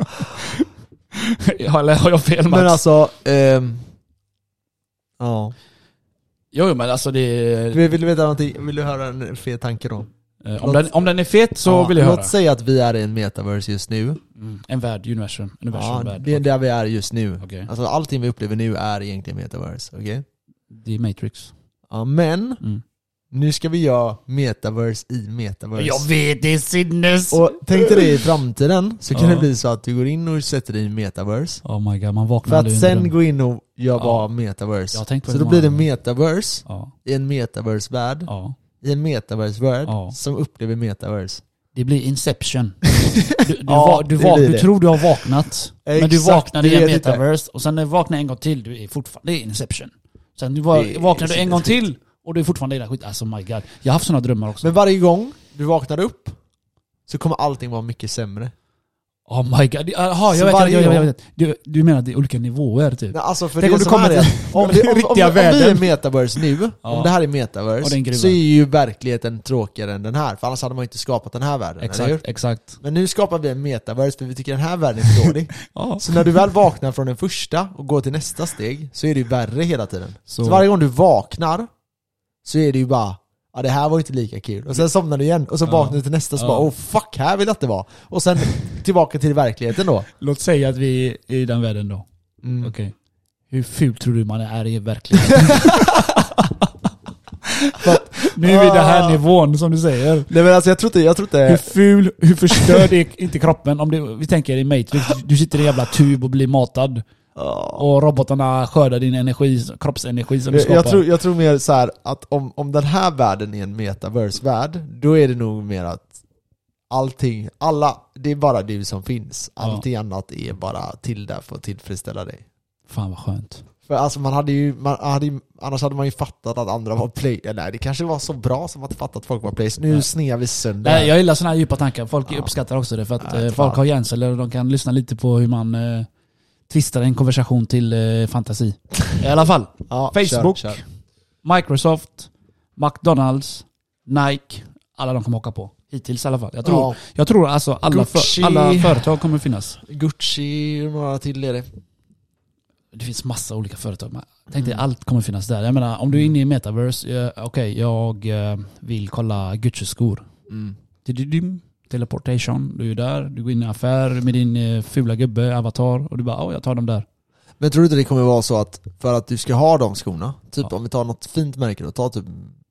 Speaker 2: Eller har jag fel, Mats?
Speaker 1: Men alltså... Ehm... Ja.
Speaker 2: Jo, men alltså det...
Speaker 1: Vill, vill du veta någonting? Vill du höra en fet tanke då?
Speaker 2: Eh, om, låt, den, om den är fet så ja, vill jag
Speaker 1: låt
Speaker 2: höra.
Speaker 1: Låt säga att vi är i en metaverse just nu.
Speaker 2: Mm. En värld, universum. universum
Speaker 1: ja,
Speaker 2: värld.
Speaker 1: det är där vi är just nu.
Speaker 2: Okay.
Speaker 1: Alltså allting vi upplever nu är egentligen metaverse, okej? Okay?
Speaker 2: Det är Matrix.
Speaker 1: Ja, men... Mm. Nu ska vi göra metaverse i metaverse.
Speaker 2: Jag vet, det är sinnes.
Speaker 1: Och tänk dig det i framtiden, så kan ja. det bli så att du går in och sätter dig i metaverse.
Speaker 2: Oh my god, man vaknar.
Speaker 1: För att sen gå in och göra ja. bara metaverse. Så då blir det metaverse ja. i en metaverse-värld. Ja. I en metaverse-värld ja. som upplever metaverse.
Speaker 2: Det blir Inception. Du, du, ja, va, du, va, du tror du har vaknat, Exakt, men du vaknar i en metaverse. Och sen när du vaknar en gång till, du är fortfarande i Inception. Sen du var, vaknar du en gång till och du är fortfarande i den skit. Alltså my god. Jag har haft sådana drömmar också.
Speaker 1: Men varje gång du vaknar upp så kommer allting vara mycket sämre.
Speaker 2: Oh my god. Aha, jag, vet, jag, jag, jag vet. Du, du menar att det är olika nivåer typ?
Speaker 1: Nej, alltså för
Speaker 2: Tänk
Speaker 1: det
Speaker 2: om du
Speaker 1: som
Speaker 2: kommer
Speaker 1: är
Speaker 2: till
Speaker 1: om, det, om, om, om, om vi är metaverse nu, ja. om det här är metaverse, är så är ju verkligheten tråkigare än den här. För annars hade man inte skapat den här världen.
Speaker 2: Exakt, exakt.
Speaker 1: Men nu skapar vi en metaverse för vi tycker den här världen är dålig. ja. Så när du väl vaknar från den första och går till nästa steg så är det ju värre hela tiden. Så, så varje gång du vaknar så är det ju bara ja, det här var inte lika kul. Och sen somnar du igen. Och så vaknar du till nästa så ja. bara, oh fuck, här vill jag inte vara. Och sen tillbaka till verkligheten då.
Speaker 2: Låt säga att vi är i den världen då. Mm. Okej. Okay. Hur ful tror du man är i verkligheten? För nu är vi i den här nivån som du säger.
Speaker 1: Nej men alltså jag tror inte, jag tror inte...
Speaker 2: Hur ful, hur förstörd är inte kroppen? Om det, vi tänker i Matrix, du sitter i en jävla tub och blir matad. Och robotarna skördar din energi, kroppsenergi som du skapar.
Speaker 1: Jag tror, jag tror mer så här att om, om den här världen är en metaverse-värld, då är det nog mer att allting, alla, det är bara du som finns. Allting ja. annat är bara till där för att tillfredsställa dig.
Speaker 2: Fan vad skönt.
Speaker 1: För alltså man hade ju, man hade ju annars hade man ju fattat att andra var play. Nej, det kanske var så bra som att fattat att folk var plays. Nu snear vi sönder.
Speaker 2: Nej, jag gillar såna här djupa tankar. Folk ja. uppskattar också det för att Nej, folk har hjärnceller och de kan lyssna lite på hur man eh, twistar en konversation till eh, fantasi. I alla fall. Ja, Facebook, kör, kör. Microsoft, McDonalds, Nike, alla de kommer åka på. Hittills i alla fall. Jag tror, ja. jag tror alltså alla, för, alla företag kommer finnas.
Speaker 1: Gucci och några till är det.
Speaker 2: Det finns massa olika företag. Tänk dig, mm. allt kommer finnas där. Jag menar, om du är inne i metaverse, okej, okay, jag vill kolla Gucci-skor. Mm. Teleportation, du är där, du går in i en affär med din fula gubbe, avatar, och du bara, oh, jag tar dem där.
Speaker 1: Men tror du inte det kommer vara så att för att du ska ha de skorna, typ ja. om vi tar något fint märke då, ta typ,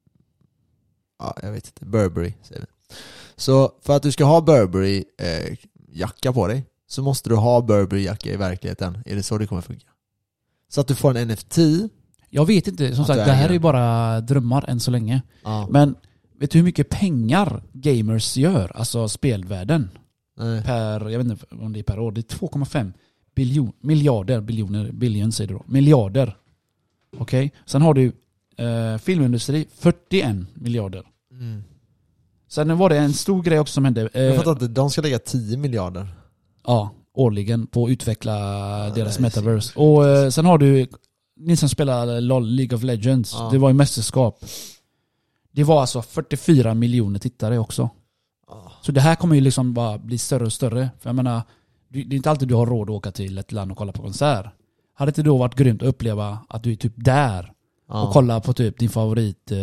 Speaker 1: ja, jag vet inte, Burberry, säger vi. Så för att du ska ha Burberry eh, jacka på dig, så måste du ha Burberry-jacka i verkligheten. Är det så det kommer funka? Så att du får en N F T.
Speaker 2: Jag vet inte, som sagt, det här är ju bara drömmar än så länge. Ja. Men vet du hur mycket pengar gamers gör? Alltså spelvärlden. Nej. Per, jag vet inte om det är per år. Det är två komma fem biljon, miljarder, biljoner, billion säger du då. Miljarder. Okej. Okay? Sen har du eh, filmindustri, fyrtioen miljarder. Mm. Sen var det en stor grej också som hände. Eh,
Speaker 1: jag fattar inte, de ska lägga tio miljarder.
Speaker 2: Ja, årligen på att utveckla ja, deras metaverse. Och eh, sen har du ni som spelar LOL, League of Legends. Ja. Det var ju mästerskap. Det var alltså fyrtiofyra miljoner tittare också. Ja. Så det här kommer ju liksom bara bli större och större. För jag menar, det är inte alltid du har råd att åka till ett land och kolla på konsert. Hade inte då varit grymt att uppleva att du är typ där
Speaker 1: Ja.
Speaker 2: och kolla på typ din favorit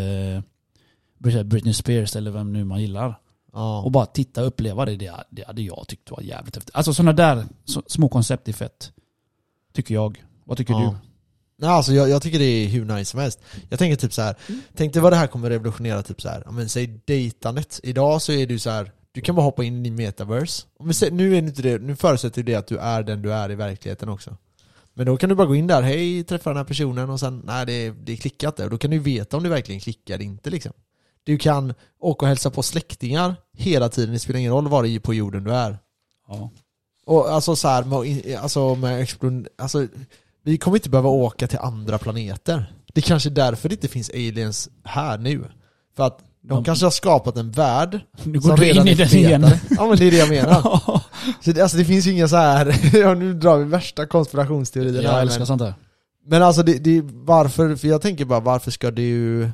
Speaker 2: eh, Britney Spears eller vem nu man gillar.
Speaker 1: Ja.
Speaker 2: Och bara titta och uppleva det, det, det hade jag tyckt var jävligt häftigt. Alltså sådana där så, små koncept är fett. Tycker jag. Vad tycker
Speaker 1: Ja.
Speaker 2: du?
Speaker 1: Nej, alltså jag, jag tycker det är hur nice som helst. Jag tänker typ så här.
Speaker 2: Mm.
Speaker 1: Tänk dig vad det här kommer revolutionera typ så här. Ja, men säg dejtandet. Idag så är du så här. Du kan bara hoppa in i metaverse. Om vi säger, nu är det inte det, nu förutsätter det att du är den du är i verkligheten också. Men då kan du bara gå in där, hej, träffa den här personen och sen, nej det är, det är klickat där. Och då kan du veta om du verkligen klickar eller inte liksom. Du kan åka och hälsa på släktingar hela tiden, det spelar ingen roll var det på jorden du är.
Speaker 2: Ja.
Speaker 1: Och alltså så här, med, alltså med explod, alltså vi kommer inte behöva åka till andra planeter. Det är kanske därför det inte finns aliens här nu. För att de
Speaker 2: De-
Speaker 1: kanske har skapat en värld.
Speaker 2: Nu
Speaker 1: som
Speaker 2: går du
Speaker 1: redan
Speaker 2: in i
Speaker 1: är
Speaker 2: den
Speaker 1: fetare.
Speaker 2: igen.
Speaker 1: Ja men det är det jag menar. Så det, alltså det finns ju inga så här. Ja, nu drar vi värsta konspirationsteorier.
Speaker 2: Jag
Speaker 1: här,
Speaker 2: älskar
Speaker 1: men,
Speaker 2: sånt där.
Speaker 1: men alltså det, det varför, för jag tänker bara varför ska du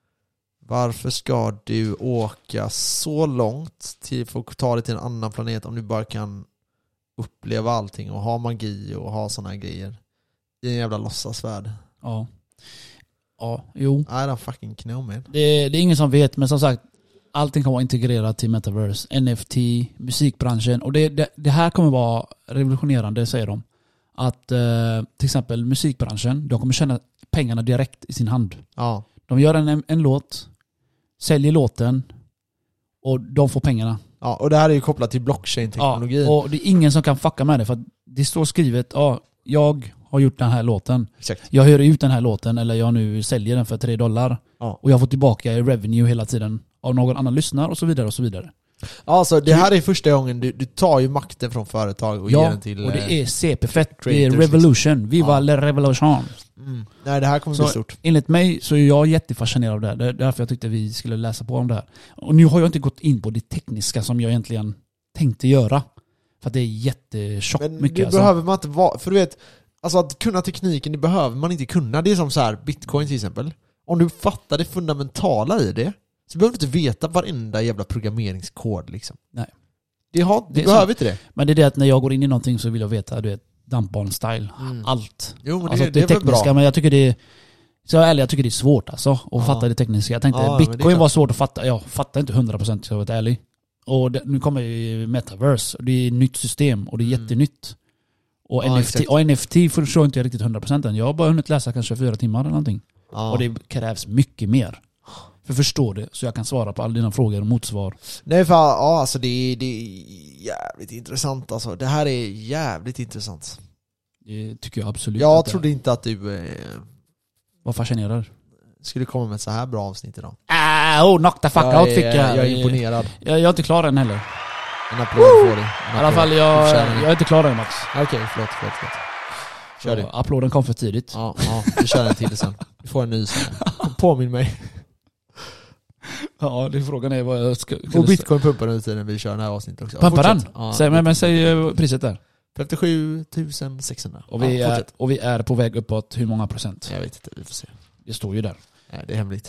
Speaker 1: varför ska du åka så långt till för att ta dig till en annan planet om du bara kan uppleva allting och ha magi och ha såna här grejer i en jävla låtsasvärld.
Speaker 2: Ja. Ja, jo.
Speaker 1: I don't fucking know man.
Speaker 2: Det, det är ingen som vet, men som sagt, allting kommer vara integrerat till metaverse, N F T, musikbranschen. Och det, det, det här kommer vara revolutionerande, säger de. Att eh, till exempel musikbranschen, de kommer tjäna pengarna direkt i sin hand.
Speaker 1: Ja.
Speaker 2: De gör en, en låt, säljer låten och de får pengarna.
Speaker 1: Ja, och det här är ju kopplat till blockchain-teknologi.
Speaker 2: Ja, och det är ingen som kan fucka med det, för att det står skrivet, ja, jag har gjort den här låten.
Speaker 1: Exakt.
Speaker 2: Jag hör ut den här låten, eller jag nu säljer den för tre dollar.
Speaker 1: Ja.
Speaker 2: Och jag får tillbaka i revenue hela tiden av någon annan lyssnar och så vidare och så vidare.
Speaker 1: Alltså det här är första gången du, du tar ju makten från företag och ger
Speaker 2: Ja,
Speaker 1: den till
Speaker 2: och det
Speaker 1: eh,
Speaker 2: är C P-fett. Det är
Speaker 1: creators,
Speaker 2: revolution. Viva
Speaker 1: Ja.
Speaker 2: la revolution.
Speaker 1: mm. Nej, det här kommer
Speaker 2: Så-
Speaker 1: bli stort.
Speaker 2: Enligt mig så är jag jättefascinerad av det här. Det är därför jag tyckte vi skulle läsa på om det här. Och nu har jag inte gått in på det tekniska som jag egentligen tänkte göra. För att det är jättetjockt
Speaker 1: Men
Speaker 2: mycket.
Speaker 1: det
Speaker 2: Alltså.
Speaker 1: behöver man inte vara, för du vet, alltså att kunna tekniken, det behöver man inte kunna. Det är som så här Bitcoin till exempel. Om du fattar det fundamentala i det, så behöver du inte veta varenda jävla programmeringskod liksom.
Speaker 2: Nej.
Speaker 1: Det har,
Speaker 2: Det
Speaker 1: du
Speaker 2: är
Speaker 1: behöver
Speaker 2: sant.
Speaker 1: inte det.
Speaker 2: Men det är det att när jag går in i någonting så vill jag veta, du vet, dampbarn-style.
Speaker 1: Mm.
Speaker 2: Allt.
Speaker 1: Jo, men det,
Speaker 2: Alltså
Speaker 1: det,
Speaker 2: det,
Speaker 1: är väl
Speaker 2: tekniska,
Speaker 1: bra.
Speaker 2: men jag tycker det är, så jag är ärlig, jag tycker det är svårt alltså att
Speaker 1: Ja.
Speaker 2: fatta det tekniska. Jag tänkte,
Speaker 1: Ja, men det är
Speaker 2: Bitcoin
Speaker 1: klart.
Speaker 2: var svårt att fatta. Jag fattar inte hundra procent, så jag var ärlig. Och det, nu kommer ju metaverse, och det är ett nytt system och det är
Speaker 1: Mm.
Speaker 2: jättenytt. Och,
Speaker 1: Ja,
Speaker 2: N F T,
Speaker 1: exakt.
Speaker 2: och N F T förstår jag inte riktigt hundra procent än. Jag har bara hunnit läsa kanske fyra timmar eller någonting.
Speaker 1: Ja.
Speaker 2: Och det krävs mycket mer. För att förstå det, så jag kan svara på alla dina frågor och motsvar.
Speaker 1: Nej, för ja, alltså det, är- det är jävligt intressant alltså. Det här är jävligt intressant.
Speaker 2: Det tycker jag absolut.
Speaker 1: Jag
Speaker 2: att det
Speaker 1: trodde inte att du eh,
Speaker 2: var fascinerad.
Speaker 1: skulle komma med ett så här bra avsnitt idag.
Speaker 2: Ah, oh, knock the fuck
Speaker 1: jag
Speaker 2: out
Speaker 1: är,
Speaker 2: fick jag.
Speaker 1: Jag är imponerad.
Speaker 2: Jag, jag är inte klar än heller.
Speaker 1: En applåd får dig.
Speaker 2: I alla fall, jag, jag är inte klar än Max.
Speaker 1: Okej, förlåt, förlåt, förlåt. Kör
Speaker 2: Så
Speaker 1: du.
Speaker 2: applåden kom för tidigt.
Speaker 1: Ja, ja, vi kör en till sen. Vi får en ny sen. Påminn mig.
Speaker 2: Ja, det är frågan är vad jag ska...
Speaker 1: Och Bitcoin pumpar under tiden vi kör den här avsnittet också.
Speaker 2: Pumpar den?
Speaker 1: Fortsätt. Ja,
Speaker 2: Säg, men, men säg eh, priset där.
Speaker 1: femtiosju tusen sexhundra.
Speaker 2: Och vi,
Speaker 1: ja,
Speaker 2: är,
Speaker 1: fortsätt.
Speaker 2: och vi är på väg uppåt hur många procent?
Speaker 1: Jag vet inte, vi får se.
Speaker 2: Det står ju där.
Speaker 1: Nej, det är hemligt.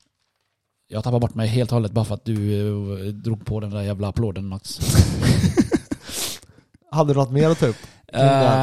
Speaker 2: Jag tappar bort mig helt och hållet bara för att du eh, drog på den där jävla applåden Max.
Speaker 1: Hade du något mer att ta upp?
Speaker 2: Uh,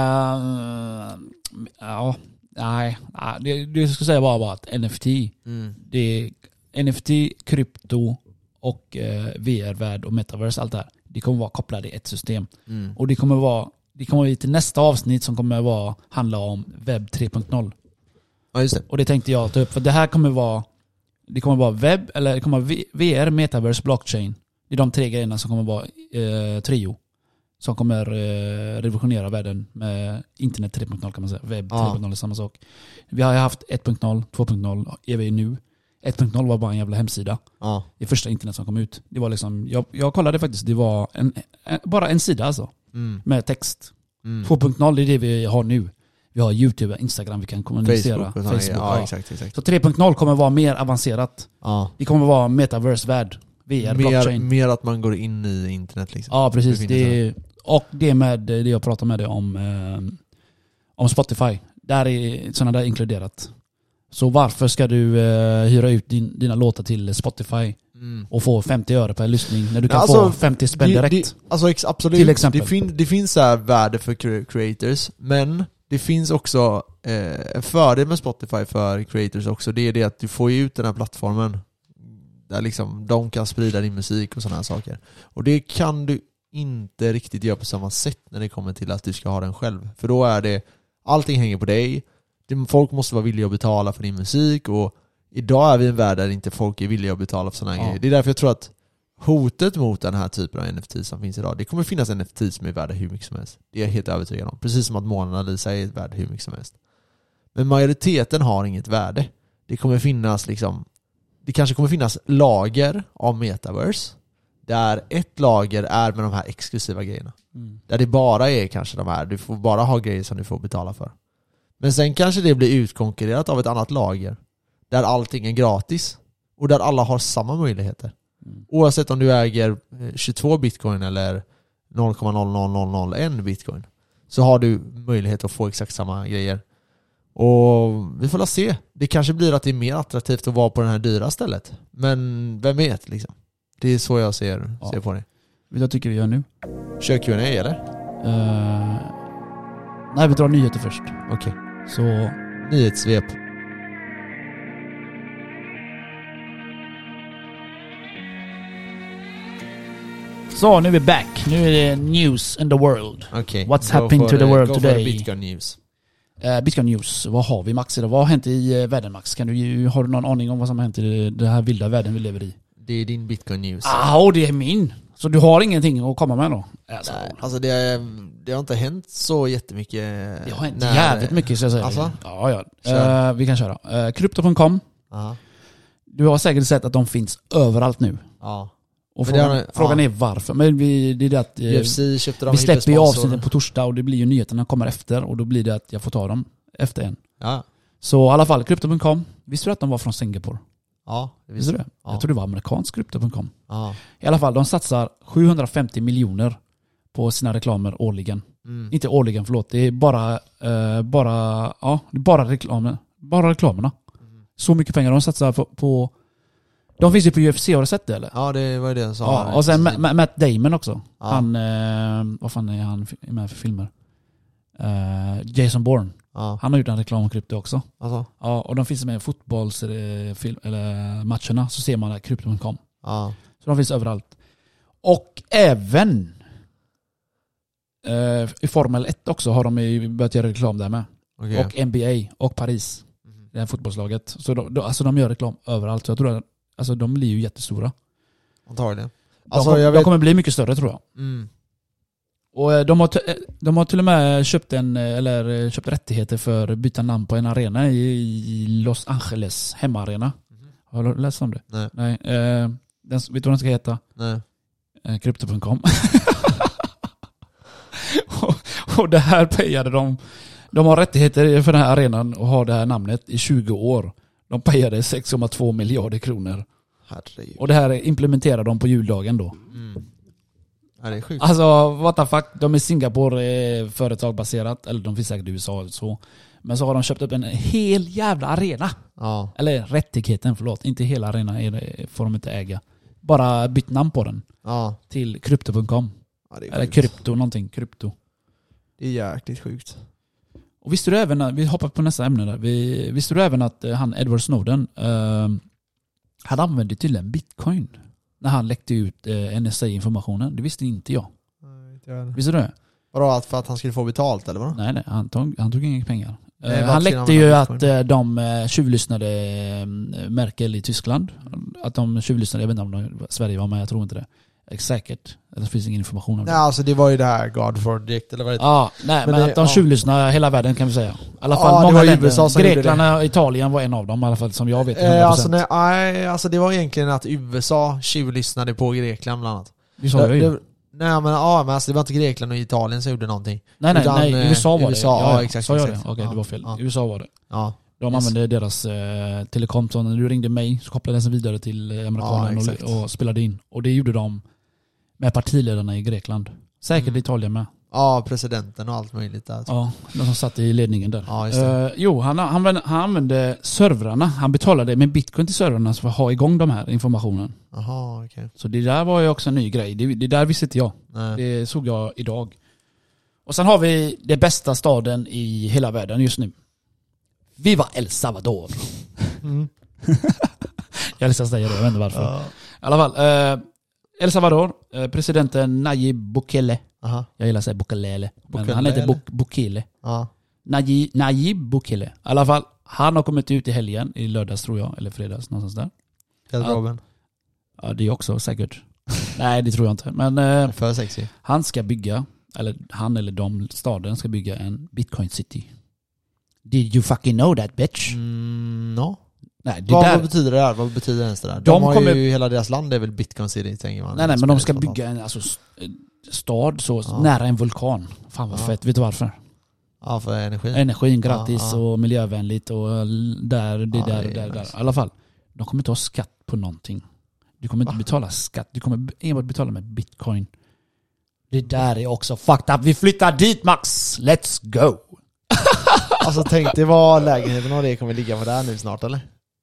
Speaker 2: ja, nej. nej det, det jag skulle säga bara, bara att N F T,
Speaker 1: Mm.
Speaker 2: det är N F T, krypto och eh, V R-värld och metaverse, allt det här. Det kommer vara kopplade i ett system.
Speaker 1: Mm.
Speaker 2: Och det kommer vara, det kommer vara till nästa avsnitt som kommer vara, handla om webb tre punkt noll.
Speaker 1: Ja, just det.
Speaker 2: Och det tänkte jag ta upp, för det här kommer vara, det kommer vara webb, eller det kommer vara V R, metaverse, blockchain. Det är de tre grejerna som kommer vara eh, trio. Som kommer eh, revolutionera världen med internet tre punkt noll kan man säga. Webb
Speaker 1: Ja.
Speaker 2: tre punkt noll är samma sak. Vi har ju haft ett punkt noll, två punkt noll, är vi nu. ett punkt noll var bara en jävla hemsida.
Speaker 1: Ja.
Speaker 2: Det första internet som kom ut. Det var liksom, jag, jag kollade faktiskt, det var en, en, bara en sida alltså.
Speaker 1: Mm.
Speaker 2: Med text.
Speaker 1: Mm.
Speaker 2: två punkt noll är det vi har nu. Vi har YouTube, Instagram, vi kan kommunicera.
Speaker 1: Facebook. Och
Speaker 2: Facebook,
Speaker 1: Facebook ja,
Speaker 2: ja.
Speaker 1: exakt, exakt.
Speaker 2: Så tre punkt noll kommer vara mer avancerat.
Speaker 1: Ja.
Speaker 2: Det kommer vara metaverse-värld. V R,
Speaker 1: Mer,
Speaker 2: blockchain.
Speaker 1: mer att man går in i internet liksom.
Speaker 2: Ja, precis.
Speaker 1: Befinner sig.
Speaker 2: Det, och det med det jag pratade med dig om, eh, om Spotify. Där är sådana där inkluderat. Så varför ska du eh, hyra ut din, dina låtar till Spotify
Speaker 1: Mm.
Speaker 2: och få femtio öre per lyssning när du kan
Speaker 1: alltså,
Speaker 2: få femtio spänn
Speaker 1: det,
Speaker 2: direkt.
Speaker 1: Det, alltså ex, absolut,
Speaker 2: till exempel.
Speaker 1: Det, fin, det finns så här värde för creators, men det finns också eh, en fördel med Spotify för creators också. Det är det att du får ju ut den här plattformen där liksom de kan sprida din musik och sådana här saker. Och det kan du inte riktigt göra på samma sätt när det kommer till att du ska ha den själv. För då är det, allting hänger på dig. Folk måste vara villiga att betala för din musik, och idag är vi i en värld där inte folk är villiga att betala för sådana här
Speaker 2: ja.
Speaker 1: grejer. Det är därför jag tror att hotet mot den här typen av N F T som finns idag, det kommer finnas N F T som är värda hur mycket som helst. Det är jag helt övertygad om. Precis som att Mona Lisa är värd hur mycket som helst. Men majoriteten har inget värde. Det kommer finnas liksom, det kanske kommer finnas lager av metaverse där ett lager är med de här exklusiva grejerna. Mm. Där det bara är kanske de här, du får bara ha grejer som du får betala för. Men sen kanske det blir utkonkurrerat av ett annat lager där allting är gratis och där alla har samma möjligheter. Mm. Oavsett om du äger tjugotvå bitcoin eller noll komma noll noll noll noll ett bitcoin, så har du möjlighet att få exakt samma grejer. Och vi får la se. Det kanske blir att det är mer attraktivt att vara på den här dyra stället. Men vem vet liksom. Det är så jag ser, ja. ser på det.
Speaker 2: Vet du vad tycker vi gör nu?
Speaker 1: Kör Q and A eller?
Speaker 2: Uh, nej, vi drar nyheter först.
Speaker 1: Okej. Okay.
Speaker 2: Så
Speaker 1: nyhetssvep.
Speaker 2: Så nu är vi back. Nu är det news in the world.
Speaker 1: Okay.
Speaker 2: What's happening to the world
Speaker 1: go
Speaker 2: today?
Speaker 1: For Bitcoin news.
Speaker 2: Uh, Bitcoin news. Vad har vi Max idag? Vad har hänt i uh, världen Max? Kan du, har du någon aning om vad som har hänt i den här vilda världen vi lever i?
Speaker 1: Det är din Bitcoin news.
Speaker 2: Ah, och det är min. Så du har ingenting att komma med då?
Speaker 1: Alltså, Nej, alltså det, det har inte hänt så jättemycket.
Speaker 2: Det har hänt när... jävligt mycket så jag säger.
Speaker 1: Alltså?
Speaker 2: Ja, ja. Uh, vi kan köra. Uh, Crypto punkt com.
Speaker 1: Uh-huh. Du
Speaker 2: har säkert sett att de finns överallt nu.
Speaker 1: Ja.
Speaker 2: Och frågan,
Speaker 1: är,
Speaker 2: frågan
Speaker 1: ja.
Speaker 2: är varför. Men vi, det är det att,
Speaker 1: U F C köpte
Speaker 2: vi släpper ju avsnitten på torsdag och det blir ju nyheterna kommer efter. Och då blir det att jag får ta dem efter en.
Speaker 1: Ja.
Speaker 2: Så i alla fall, Crypto punkt com. Visste du att de var från Singapore?
Speaker 1: Ja,
Speaker 2: det visste du det? Ja. Jag tror det var amerikansk Crypto punkt com.
Speaker 1: Ja.
Speaker 2: I alla fall, de satsar sjuhundrafemtio miljoner på sina reklamer årligen. Mm. Inte årligen, förlåt. Det är bara, eh, bara, ja, det är bara reklamer. Bara reklamerna. Mm. Så mycket pengar de satsar på, på... De finns ju på U F C, har du sett det eller?
Speaker 1: Ja, det var det jag sa.
Speaker 2: Ja, och sen Ma- Matt Damon också. Ja. Han, eh, vad fan är han med för filmer? Eh, Jason Bourne. Ja. Han har gjort en reklam om krypto också.
Speaker 1: Alltså.
Speaker 2: Ja, och de finns med i fotbollsfilm eller matcherna, så ser man där Crypto punkt com.
Speaker 1: Ja.
Speaker 2: Så de finns överallt. Och även eh, i Formel ett också har de ju börjat göra reklam där med. Okay. Och N B A och Paris. Mm. Det här fotbollslaget. Så de, de, alltså de gör reklam överallt. Så jag tror att alltså, de blir ju jättestora.
Speaker 1: Antagligen.
Speaker 2: Alltså, de, jag vet... de kommer bli mycket större tror jag.
Speaker 1: Mm.
Speaker 2: Och de har, t- de har till och med köpt en eller köpt rättigheter för att byta namn på en arena i, i Los Angeles hemmaarena. Mm. Har du läst om det?
Speaker 1: Nej.
Speaker 2: Nej. Eh, den, vet du vad den ska heta?
Speaker 1: Nej.
Speaker 2: Eh, Crypto punkt com. och, och det här pejade de. De har rättigheter för den här arenan och har det här namnet i tjugo år. De pejade sex komma två miljarder kronor.
Speaker 1: Herregud.
Speaker 2: Och det här implementerar de på juldagen då.
Speaker 1: Mm. Ja, det är sjukt.
Speaker 2: Alltså, what the fuck. De är Singapore eh, företagbaserat. Eller de finns säkert i U S A och så. Men så har de köpt upp en hel jävla arena.
Speaker 1: Ja.
Speaker 2: Eller rättigheten, förlåt. Inte hela arenan är, får de inte äga. Bara bytt namn på den.
Speaker 1: Ja.
Speaker 2: Till Crypto punkt com.
Speaker 1: Ja, det är
Speaker 2: eller krypto, någonting. Krypto.
Speaker 1: Det är jäkligt sjukt.
Speaker 2: Och visste du även, vi hoppar på nästa ämne där. Vi, visste du även att han Edward Snowden uh, han använde tydligen bitcoin när han läckte ut uh, N S A-informationen. Det visste inte jag.
Speaker 1: Nej, inte jag.
Speaker 2: Visste du det?
Speaker 1: Vadå, för att han skulle få betalt eller vad?
Speaker 2: Nej, nej han, tog, han tog inga pengar.
Speaker 1: Nej,
Speaker 2: uh, han läckte ju att uh, de uh, tjuvlyssnade uh, Merkel i Tyskland. Att de tjuvlyssnade, jag vet inte om de, Sverige var med, jag tror inte det. Säkert. Det finns ingen information om det.
Speaker 1: Nej, alltså det var ju det här God Project eller vad det
Speaker 2: Ja, nej, men, men det, att de
Speaker 1: ja.
Speaker 2: tjuvlyssnar hela världen kan vi säga. I alla fall
Speaker 1: ja,
Speaker 2: många länder.
Speaker 1: U S A som
Speaker 2: Grekland och Italien var en av dem i alla fall som jag vet.
Speaker 1: Eh, alltså, nej, nej, alltså det var egentligen att U S A tjuvlyssnade på Grekland bland annat.
Speaker 2: Det sa jag ju.
Speaker 1: Det, nej men ja, men alltså det var inte Grekland och Italien som gjorde någonting.
Speaker 2: Nej nej,
Speaker 1: utan,
Speaker 2: nej U S A var
Speaker 1: U S A,
Speaker 2: det. Ja,
Speaker 1: ja, exakt.
Speaker 2: Sa jag
Speaker 1: exakt.
Speaker 2: det? Okej, okay,
Speaker 1: ja,
Speaker 2: det var fel.
Speaker 1: Ja.
Speaker 2: U S A var det.
Speaker 1: Ja.
Speaker 2: De
Speaker 1: yes.
Speaker 2: använde deras eh, telekom, så när du ringde mig så kopplade den vidare till eh, amerikanen
Speaker 1: ja,
Speaker 2: och, och spelade in. Och det gjorde de med partiledarna i Grekland. Säkert mm. Italien med.
Speaker 1: Ja, presidenten och allt möjligt där.
Speaker 2: Ja, de som satt i ledningen där.
Speaker 1: Ja, just det.
Speaker 2: Uh, jo, han, han, han använde servrarna. Han betalade med bitcoin till servrarna för att ha igång de här informationen.
Speaker 1: Jaha, okej. Okay.
Speaker 2: Så det där var ju också en ny grej. Det, det där visste inte jag.
Speaker 1: Nej.
Speaker 2: Det såg jag idag. Och sen har vi det bästa staden i hela världen just nu. Viva El Salvador.
Speaker 1: Mm.
Speaker 2: Jag älskar att säga det, jag vet inte varför.
Speaker 1: Ja.
Speaker 2: I alla fall, uh, El Salvador, uh, presidenten Nayib Bukele.
Speaker 1: Aha.
Speaker 2: Jag gillar att säga Bukele. Men
Speaker 1: Bukele,
Speaker 2: han heter
Speaker 1: eller?
Speaker 2: Buk- Bukele.
Speaker 1: Ja.
Speaker 2: Nayib, Nayib Bukele. I alla fall, han har kommit ut i helgen, i lördags tror jag, eller fredags, någonstans där.
Speaker 1: Garderoben.
Speaker 2: Ja, det är också säkert. Nej, det tror jag inte. Men uh,
Speaker 1: För sexy.
Speaker 2: han ska bygga, eller han eller de, staden ska bygga en Bitcoin City. Did you fucking know that, bitch?
Speaker 1: Mm, no.
Speaker 2: Nej, det
Speaker 1: Vad,
Speaker 2: där...
Speaker 1: vad betyder det här? Vad betyder ens det där? De,
Speaker 2: De
Speaker 1: har
Speaker 2: kommer-
Speaker 1: ju, hela deras land är väl Bitcoin City, tänker man.
Speaker 2: Nej, nej, men de ska bygga en alltså, st- stad så
Speaker 1: Ja.
Speaker 2: nära en vulkan. Fan vad
Speaker 1: Ja.
Speaker 2: fett, vet du varför?
Speaker 1: Ja, för energi.
Speaker 2: Energin gratis
Speaker 1: Ja, ja.
Speaker 2: och miljövänligt och l- där, det
Speaker 1: Ja,
Speaker 2: där,
Speaker 1: det är
Speaker 2: där, där.
Speaker 1: nice.
Speaker 2: I alla fall, de kommer inte ha skatt på någonting. Du kommer inte
Speaker 1: Va?
Speaker 2: betala skatt, du kommer enbart betala med bitcoin. Det där är också fucked up. Vi flyttar dit, Max! Let's go!
Speaker 1: Alltså tänk dig vad lägenheten och det kommer ligga på där nu snart, eller?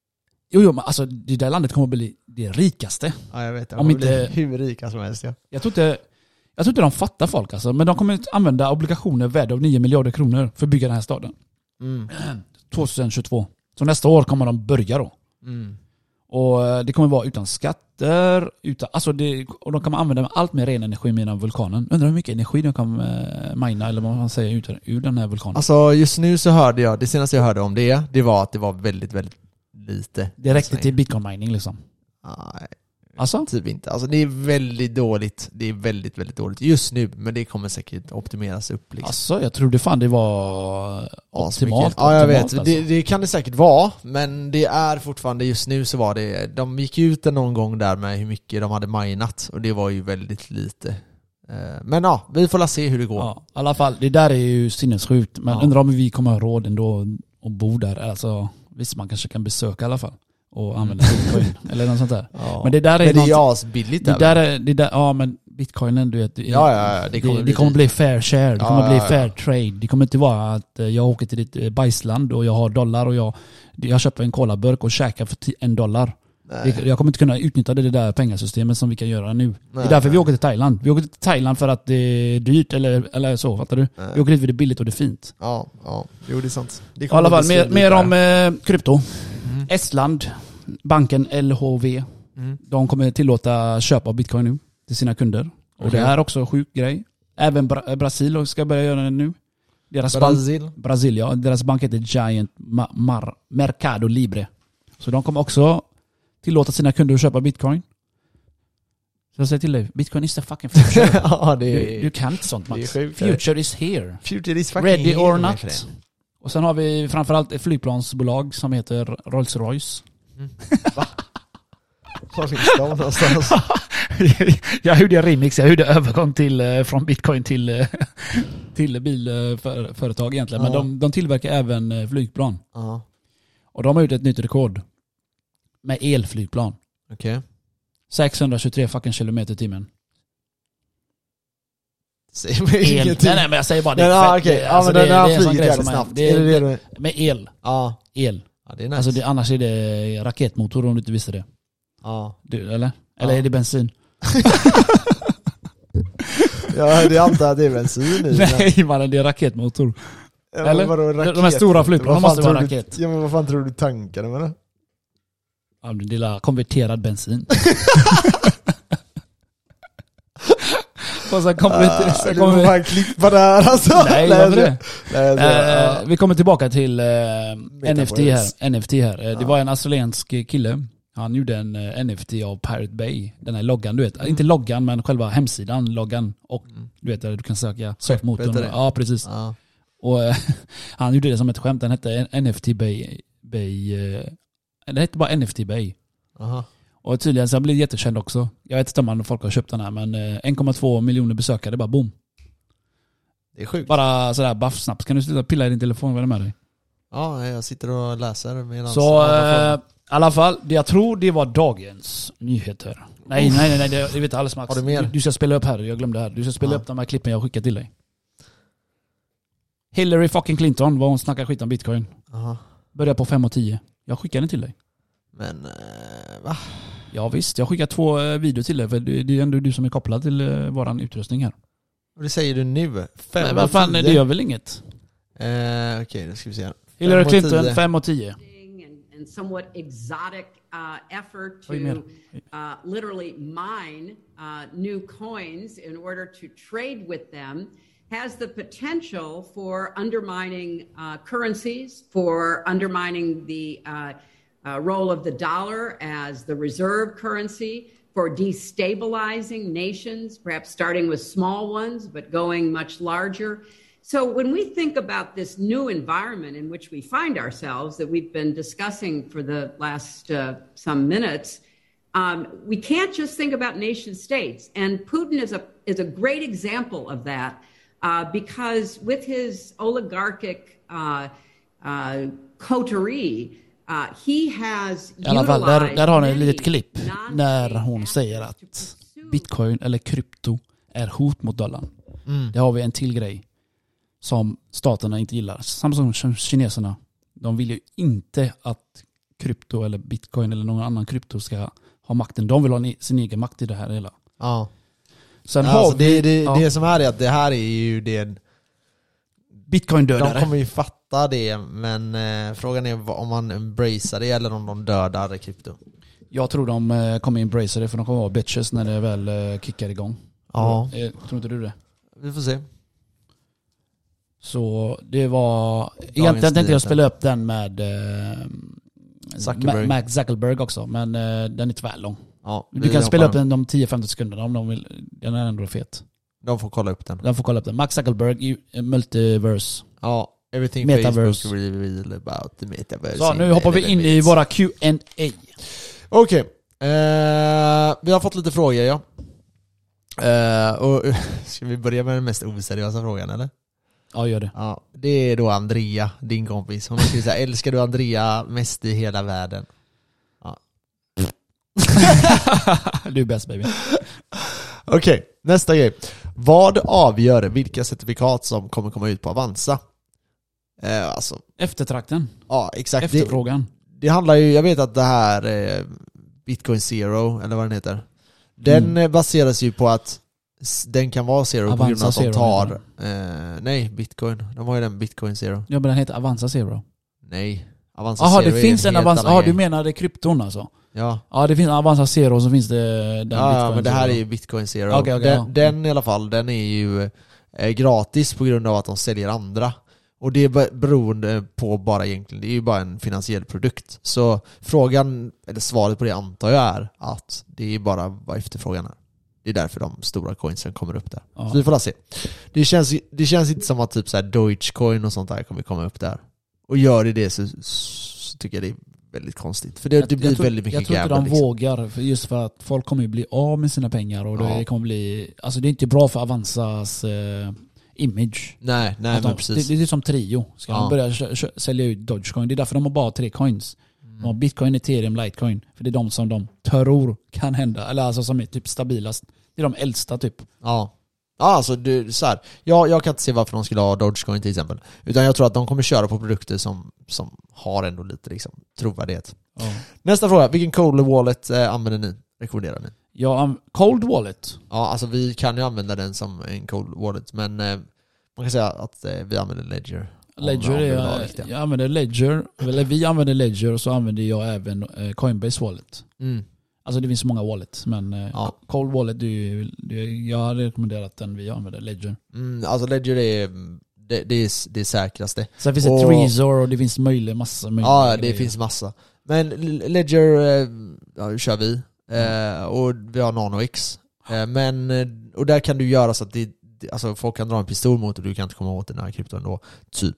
Speaker 2: Jo, jo, men alltså det där landet kommer bli det rikaste.
Speaker 1: Ja, jag vet. De
Speaker 2: Om
Speaker 1: kommer
Speaker 2: inte-
Speaker 1: bli hur rika som helst, ja.
Speaker 2: Jag tror inte, jag tror inte de fattar folk alltså, men de kommer använda obligationer värda av nio miljarder kronor för att bygga den här staden.
Speaker 1: Mm.
Speaker 2: tjugohundratjugotvå. Så nästa år kommer de börja då.
Speaker 1: Mm.
Speaker 2: Och eh, det kommer vara utan skatter, utan, alltså det, och de kommer använda allt med ren energi medan vulkanen. Undrar hur mycket energi de kan eh, mina, eller vad man säger, ut, ur den här vulkanen.
Speaker 1: Alltså just nu så hörde jag, det senaste jag hörde om det, det var att det var väldigt, väldigt lite.
Speaker 2: Det räckte till bitcoin mining liksom.
Speaker 1: Nej,
Speaker 2: Alltså?
Speaker 1: typ inte. Alltså det är väldigt dåligt. Det är väldigt, väldigt dåligt just nu, men det kommer säkert optimeras upp liksom.
Speaker 2: Alltså, jag trodde fan det var optimalt.
Speaker 1: Ja, jag vet.
Speaker 2: optimalt, alltså.
Speaker 1: Det, det kan det säkert vara, men det är fortfarande, just nu så var det, de gick ut någon gång där med hur mycket de hade minat, och det var ju väldigt lite. Eh, Men ja, vi får la se hur det går.
Speaker 2: Ja, i alla fall, det där är ju sinnessjukt. Men
Speaker 1: Ja.
Speaker 2: undrar om vi kommer ha råd ändå att bo där. Alltså, visst, man kanske kan besöka i alla fall. Och använda bitcoin. Eller något sånt där.
Speaker 1: Ja.
Speaker 2: Men det där är
Speaker 1: Men det är ju
Speaker 2: någonting-
Speaker 1: asbilligt
Speaker 2: Det
Speaker 1: där.
Speaker 2: där är, det där, ja men bitcoinen du vet. Det,
Speaker 1: Ja, ja, ja, det
Speaker 2: det
Speaker 1: kommer
Speaker 2: det,
Speaker 1: bli
Speaker 2: kommer
Speaker 1: dyrt.
Speaker 2: bli fair share. Det
Speaker 1: Ja,
Speaker 2: kommer
Speaker 1: ja,
Speaker 2: bli
Speaker 1: ja.
Speaker 2: fair trade. Det kommer inte vara att eh, jag åker till ditt eh, bajsland och jag har dollar och jag, jag köper en colaburk och käkar för ti- en dollar.
Speaker 1: Nej.
Speaker 2: Det, jag kommer inte kunna utnyttja det där pengasystemet som vi kan göra nu. Det
Speaker 1: Nej,
Speaker 2: är därför
Speaker 1: nej.
Speaker 2: vi åker till Thailand. Vi åker till Thailand för att det är dyrt eller, eller så, fattar du?
Speaker 1: Nej.
Speaker 2: Vi åker dit för det är billigt och det är fint.
Speaker 1: Ja, ja. Jo, det är sant. Det
Speaker 2: I alla fall,
Speaker 1: bli
Speaker 2: mer,
Speaker 1: så
Speaker 2: mer
Speaker 1: dyrt
Speaker 2: om
Speaker 1: där.
Speaker 2: eh, krypto.
Speaker 1: Mm.
Speaker 2: Estland, banken L H V,
Speaker 1: Mm.
Speaker 2: de kommer tillåta köp av bitcoin nu till sina kunder. Och
Speaker 1: Okej.
Speaker 2: det här är också en sjuk grej. Även Bra- Brasil ska börja göra det nu. Deras bank,
Speaker 1: Brasil.
Speaker 2: Brasil, ja. Deras bank heter Giant Ma- Mar- Mercado Libre. Så de kommer också tillåta sina kunder att köpa bitcoin. Så jag säger till dig, bitcoin is the fucking future.
Speaker 1: Ja, det
Speaker 2: du,
Speaker 1: är...
Speaker 2: du kan inte sånt,
Speaker 1: det är
Speaker 2: Max.
Speaker 1: sjukt.
Speaker 2: Future is here.
Speaker 1: Future is fucking
Speaker 2: Ready or
Speaker 1: here, my
Speaker 2: not.
Speaker 1: friend.
Speaker 2: Och sen har vi framförallt ett flygplansbolag som heter Rolls-Royce.
Speaker 1: Var finns de någonstans?
Speaker 2: Jag gjorde en remix, jag gjorde övergång till, eh, från bitcoin till, eh, till bilföretag egentligen. Men
Speaker 1: Ja.
Speaker 2: de, de tillverkar även eh, flygplan.
Speaker 1: Ja,
Speaker 2: Och de har gjort ett nytt rekord. Med elflygplan.
Speaker 1: okej.
Speaker 2: sexhundratjugotre fucking kilometer i timmen.
Speaker 1: Säg mig
Speaker 2: El.
Speaker 1: ingenting.
Speaker 2: Nej nej men jag säger bara det.
Speaker 1: Nej,
Speaker 2: är
Speaker 1: ja,
Speaker 2: fett.
Speaker 1: okej.
Speaker 2: Det-
Speaker 1: Ja,
Speaker 2: alltså,
Speaker 1: men den
Speaker 2: det-
Speaker 1: har
Speaker 2: det är en sån
Speaker 1: flugit
Speaker 2: grej
Speaker 1: jävligt
Speaker 2: som
Speaker 1: snabbt.
Speaker 2: Det,
Speaker 1: Är det det du...
Speaker 2: Med el.
Speaker 1: Ja.
Speaker 2: El.
Speaker 1: Ja, det är nice.
Speaker 2: Alltså det, annars är det raketmotor om du inte visste det.
Speaker 1: Ja.
Speaker 2: Du, eller? Eller
Speaker 1: Ja.
Speaker 2: är det bensin?
Speaker 1: Ja, det antar jag att det är bensin i.
Speaker 2: Nej mannen, det är raketmotor.
Speaker 1: Ja,
Speaker 2: eller?
Speaker 1: vadå,
Speaker 2: De här stora flygplanen
Speaker 1: Vad
Speaker 2: måste
Speaker 1: fan
Speaker 2: vara
Speaker 1: tror du-
Speaker 2: raket.
Speaker 1: Ja, men vad fan tror du tankade med det?
Speaker 2: Ja, det är konverterad bensin. Och sen kommer
Speaker 1: Ah,
Speaker 2: vi till...
Speaker 1: du
Speaker 2: Sen kommer
Speaker 1: får
Speaker 2: vi,
Speaker 1: fan klippa där alltså.
Speaker 2: nej, varför det?
Speaker 1: Nej, alltså, ja.
Speaker 2: Eh, vi kommer tillbaka till eh, N F T här. N F T här. Eh, Det
Speaker 1: Ja.
Speaker 2: var en australiensk kille. Han gjorde en eh, N F T av Pirate Bay. Den här loggan, du vet.
Speaker 1: Mm.
Speaker 2: Inte loggan, men själva hemsidan, loggan. Och
Speaker 1: Mm.
Speaker 2: du vet, där du kan söka sökmotorn.
Speaker 1: heter det?
Speaker 2: Ja, precis.
Speaker 1: Ja.
Speaker 2: Och eh, han gjorde det som ett skämt. Den hette N F T Bay. Bay eh, den hette bara N F T Bay.
Speaker 1: Aha.
Speaker 2: Och tydligen så har han blivit jättekänd också. Jag vet inte om folk har köpt den här, men eh, en komma två miljoner besökare, bara boom.
Speaker 1: Det är sjukt.
Speaker 2: Bara sådär baff snabbt. Kan du sluta pilla i din telefon? Vad är det med dig?
Speaker 1: Ja, jag sitter och läser medan
Speaker 2: Så
Speaker 1: andra
Speaker 2: eh, i
Speaker 1: får-
Speaker 2: alla fall, det jag tror det var dagens nyheter. Nej, nej, nej, nej det, det vet jag alldeles Max.
Speaker 1: Har du mer?
Speaker 2: Du, du ska spela upp här, jag glömde här. Du ska spela
Speaker 1: Ja.
Speaker 2: upp de här klippen jag skickade till dig. Hillary fucking Clinton, vad hon snackar skit om bitcoin.
Speaker 1: Aha.
Speaker 2: Börjar på fem och tio. Jag skickar den till dig.
Speaker 1: Men, eh, va?
Speaker 2: Ja visst, jag skickar två eh, videor till dig. För det, det är ändå du som är kopplad till eh, våran utrustning här.
Speaker 1: Och det säger du nu? Fem
Speaker 2: Men vad fan, det gör väl inget?
Speaker 1: Eh, Okej, okay, då ska vi se här.
Speaker 2: Hillary Clinton, fem och tio.
Speaker 3: And somewhat exotic uh, effort to
Speaker 2: Oj,
Speaker 3: uh, literally mine uh, new coins in order to trade with them has the potential for undermining uh, currencies, for undermining the uh, uh, role of the dollar as the reserve currency, for destabilizing nations, perhaps starting with small ones, but going much larger. So when we think about this new environment in which we find ourselves that we've been discussing for the last uh, some minutes, um, we can't just think about nation states. And Putin is a, is a great example of that uh, because with his oligarchic uh, uh, coterie, uh, he has
Speaker 2: I alla fall, där, där har ni ett litet klipp när hon säger att bitcoin eller krypto är hot mot dollarn. Mm. Det har vi en till grej som staterna inte gillar. Samma som kineserna. De vill ju inte att krypto eller bitcoin eller någon annan krypto ska ha makten. De vill ha sin egen makt i det här hela.
Speaker 1: Ja.
Speaker 2: Sen
Speaker 1: alltså,
Speaker 2: har vi,
Speaker 1: det, det,
Speaker 2: ja.
Speaker 1: det som är att det här är ju det...
Speaker 2: Bitcoin-dödare.
Speaker 1: De kommer ju fatta det, men eh, frågan är om man embracear det eller om de dödar krypto.
Speaker 2: Jag tror de eh, kommer embrace det, för de kommer vara bitches när det väl eh, kickar igång.
Speaker 1: Ja.
Speaker 2: Eh, tror inte du det?
Speaker 1: Vi får se.
Speaker 2: Så det var... Egentligen tänkte jag spela upp den med eh,
Speaker 1: Zuckerberg.
Speaker 2: Mac Zuckerberg också, men eh, den är tyvärr lång.
Speaker 1: Ja,
Speaker 2: du kan spela upp den de tio femton sekunderna om de vill. Den är ändå fet.
Speaker 1: De får kolla upp den.
Speaker 2: De får kolla upp den. Max Zuckerberg i Multiverse.
Speaker 1: Ja, everything
Speaker 2: Metaverse.
Speaker 1: Facebook reveal about the metaverse.
Speaker 2: Så nu hoppar vi in i våra Q and A.
Speaker 1: Okej. Okay. Uh, vi har fått lite frågor, ja. Uh, och, ska vi börja med den mest oseriösa frågan, eller?
Speaker 2: Ja, gör det.
Speaker 1: Ja, det är då Andrea, din kompis. Hon har skrivit så här: älskar du Andrea mest i hela världen? Ja.
Speaker 2: Du är bäst, baby.
Speaker 1: Okej, okay, nästa grej. Vad avgör vilka certifikat som kommer komma ut på Avanza? Eh, alltså,
Speaker 2: Eftertrakten.
Speaker 1: Ja, exakt.
Speaker 2: Efterfrågan.
Speaker 1: Det, det handlar ju, jag vet att det här eh, Bitcoin Zero, eller vad den heter, den mm. baseras ju på att den kan vara zero Avanza på grund av att de tar eh, nej, Bitcoin. De har ju den Bitcoin Zero.
Speaker 2: Ja, men den heter Avanza Zero.
Speaker 1: Nej, Avanza
Speaker 2: Aha,
Speaker 1: Zero.
Speaker 2: Jaha, det finns en Avanza. Ja, du
Speaker 1: menar
Speaker 2: menar det krypton alltså?
Speaker 1: Ja.
Speaker 2: Ja, det finns Avanza Zero och så finns det den
Speaker 1: ja,
Speaker 2: Bitcoin
Speaker 1: ja, men det här
Speaker 2: Zero.
Speaker 1: är ju Bitcoin Zero.
Speaker 2: Okay, okay,
Speaker 1: den,
Speaker 2: ja.
Speaker 1: den i alla fall, den är ju eh, gratis på grund av att de säljer andra. Och det är beroende på bara egentligen, det är ju bara en finansiell produkt. Så frågan, eller svaret på det antar jag är att det är bara vad efterfrågan är. Det är därför de stora coinsen kommer upp där. Ja. Så vi får se. Det känns, det känns inte som att typ så här Dogecoin och sånt där kommer komma upp där. Och gör det det så, så tycker jag det är väldigt konstigt. För det,
Speaker 2: jag,
Speaker 1: det blir
Speaker 2: tror,
Speaker 1: väldigt mycket
Speaker 2: Jag tror inte
Speaker 1: gamble,
Speaker 2: de
Speaker 1: liksom.
Speaker 2: vågar, för just för att folk kommer ju bli av med sina pengar och
Speaker 1: ja.
Speaker 2: det kommer bli, alltså det är inte bra för Avanzas eh, image.
Speaker 1: Nej, nej
Speaker 2: de,
Speaker 1: men precis.
Speaker 2: Det, det är som Trio. Ska
Speaker 1: ja.
Speaker 2: de börja kö, kö, sälja ut Dogecoin? Det är därför de har bara tre coins. De har Bitcoin, Ethereum, Litecoin. För det är de som de tror kan hända. Eller alltså som är typ stabilast. Det är de äldsta typ.
Speaker 1: Ja. Ja, alltså du, så här. Jag, jag kan inte se varför de skulle ha Dogecoin till exempel. Utan jag tror att de kommer köra på produkter som, som har ändå lite liksom, trovärdighet. Ja. Nästa fråga. Vilken cold wallet eh, använder ni? Rekommenderar ni?
Speaker 2: Ja, um, cold wallet?
Speaker 1: Ja, alltså vi kan ju använda den som en cold wallet. Men eh, man kan säga att eh, vi använder Ledger.
Speaker 2: Ledger är jag, jag använder Ledger. Eller vi använder Ledger och så använder jag även eh, Coinbase wallet. Mm. Alltså det finns så många wallets, men ja. Cold wallet, det, det, jag har rekommenderat den vi använder, Ledger.
Speaker 1: Mm, alltså Ledger är det, det, är det säkraste.
Speaker 2: Sen finns det och, Trezor och det finns möjliga massa möjliga
Speaker 1: ja, det
Speaker 2: grejer.
Speaker 1: finns massa. Men Ledger ja, kör vi. Mm. Eh, och vi har NanoX. Eh, men, och där kan du göra så att det, alltså folk kan dra en pistol mot och du kan inte komma åt den här krypton då, typ.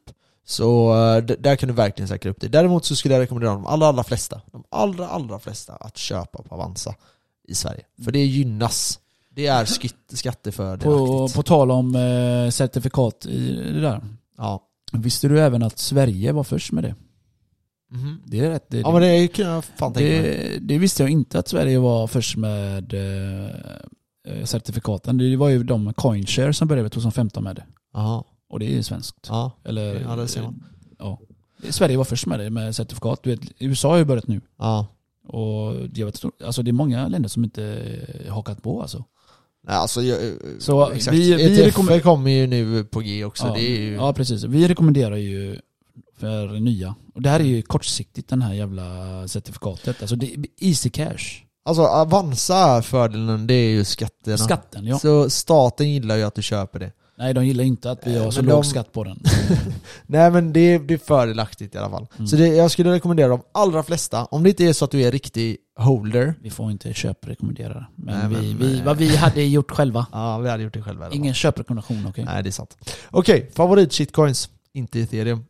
Speaker 1: Så d- där kan du verkligen säkra upp det. Däremot så skulle jag rekommendera de allra, allra flesta, de allra, allra flesta att köpa på Avanza i Sverige. För det gynnas. Det är sk- skattefördelaktigt.
Speaker 2: På, på tal om eh, certifikat i det där.
Speaker 1: Ja.
Speaker 2: Visste du även att Sverige var först med det? Mm-hmm. Det är rätt. Det,
Speaker 1: ja, men det kan jag fan tänka mig.
Speaker 2: Det, det visste jag inte att Sverige var först med eh, certifikaten. Det var ju de CoinShare som började tjugohundrafemton med det.
Speaker 1: Aha.
Speaker 2: Och det är svenskt.
Speaker 1: Ja,
Speaker 2: Eller,
Speaker 1: ja det ser man.
Speaker 2: Ja. Sverige var först med det med certifikat. Du vet, U S A har ju börjat nu.
Speaker 1: Ja.
Speaker 2: Och det, var, alltså det är många länder som inte hakat på alltså.
Speaker 1: Nej, alltså jag,
Speaker 2: Så
Speaker 1: exakt.
Speaker 2: vi, vi
Speaker 1: E T F
Speaker 2: rekomm-
Speaker 1: kommer ju nu på G också.
Speaker 2: ja,
Speaker 1: Det är ju...
Speaker 2: ja, precis. Vi rekommenderar ju för nya. Och det här är ju kortsiktigt, den här jävla certifikatet. Alltså det är easy cash.
Speaker 1: Alltså Avanza är fördelen, det är ju skatterna.
Speaker 2: Skatten, ja.
Speaker 1: Så staten gillar ju att du köper det.
Speaker 2: Nej, de gillar inte att vi har så
Speaker 1: Men
Speaker 2: låg
Speaker 1: de-
Speaker 2: skatt på den.
Speaker 1: Nej men det är, det är fördelaktigt i alla fall.
Speaker 2: Mm.
Speaker 1: Så det, jag skulle rekommendera de allra flesta, om det inte är så att du är riktig holder.
Speaker 2: Vi får inte köprekommendera det. Men,
Speaker 1: Nej, men,
Speaker 2: vi, vi,
Speaker 1: eh,
Speaker 2: vad vi hade gjort själva.
Speaker 1: Ja, vi hade gjort det själva i alla fall.
Speaker 2: Ingen köprekommendation, okej?
Speaker 1: Nej, det är sant. Okej, favorit shitcoins, inte ethereum.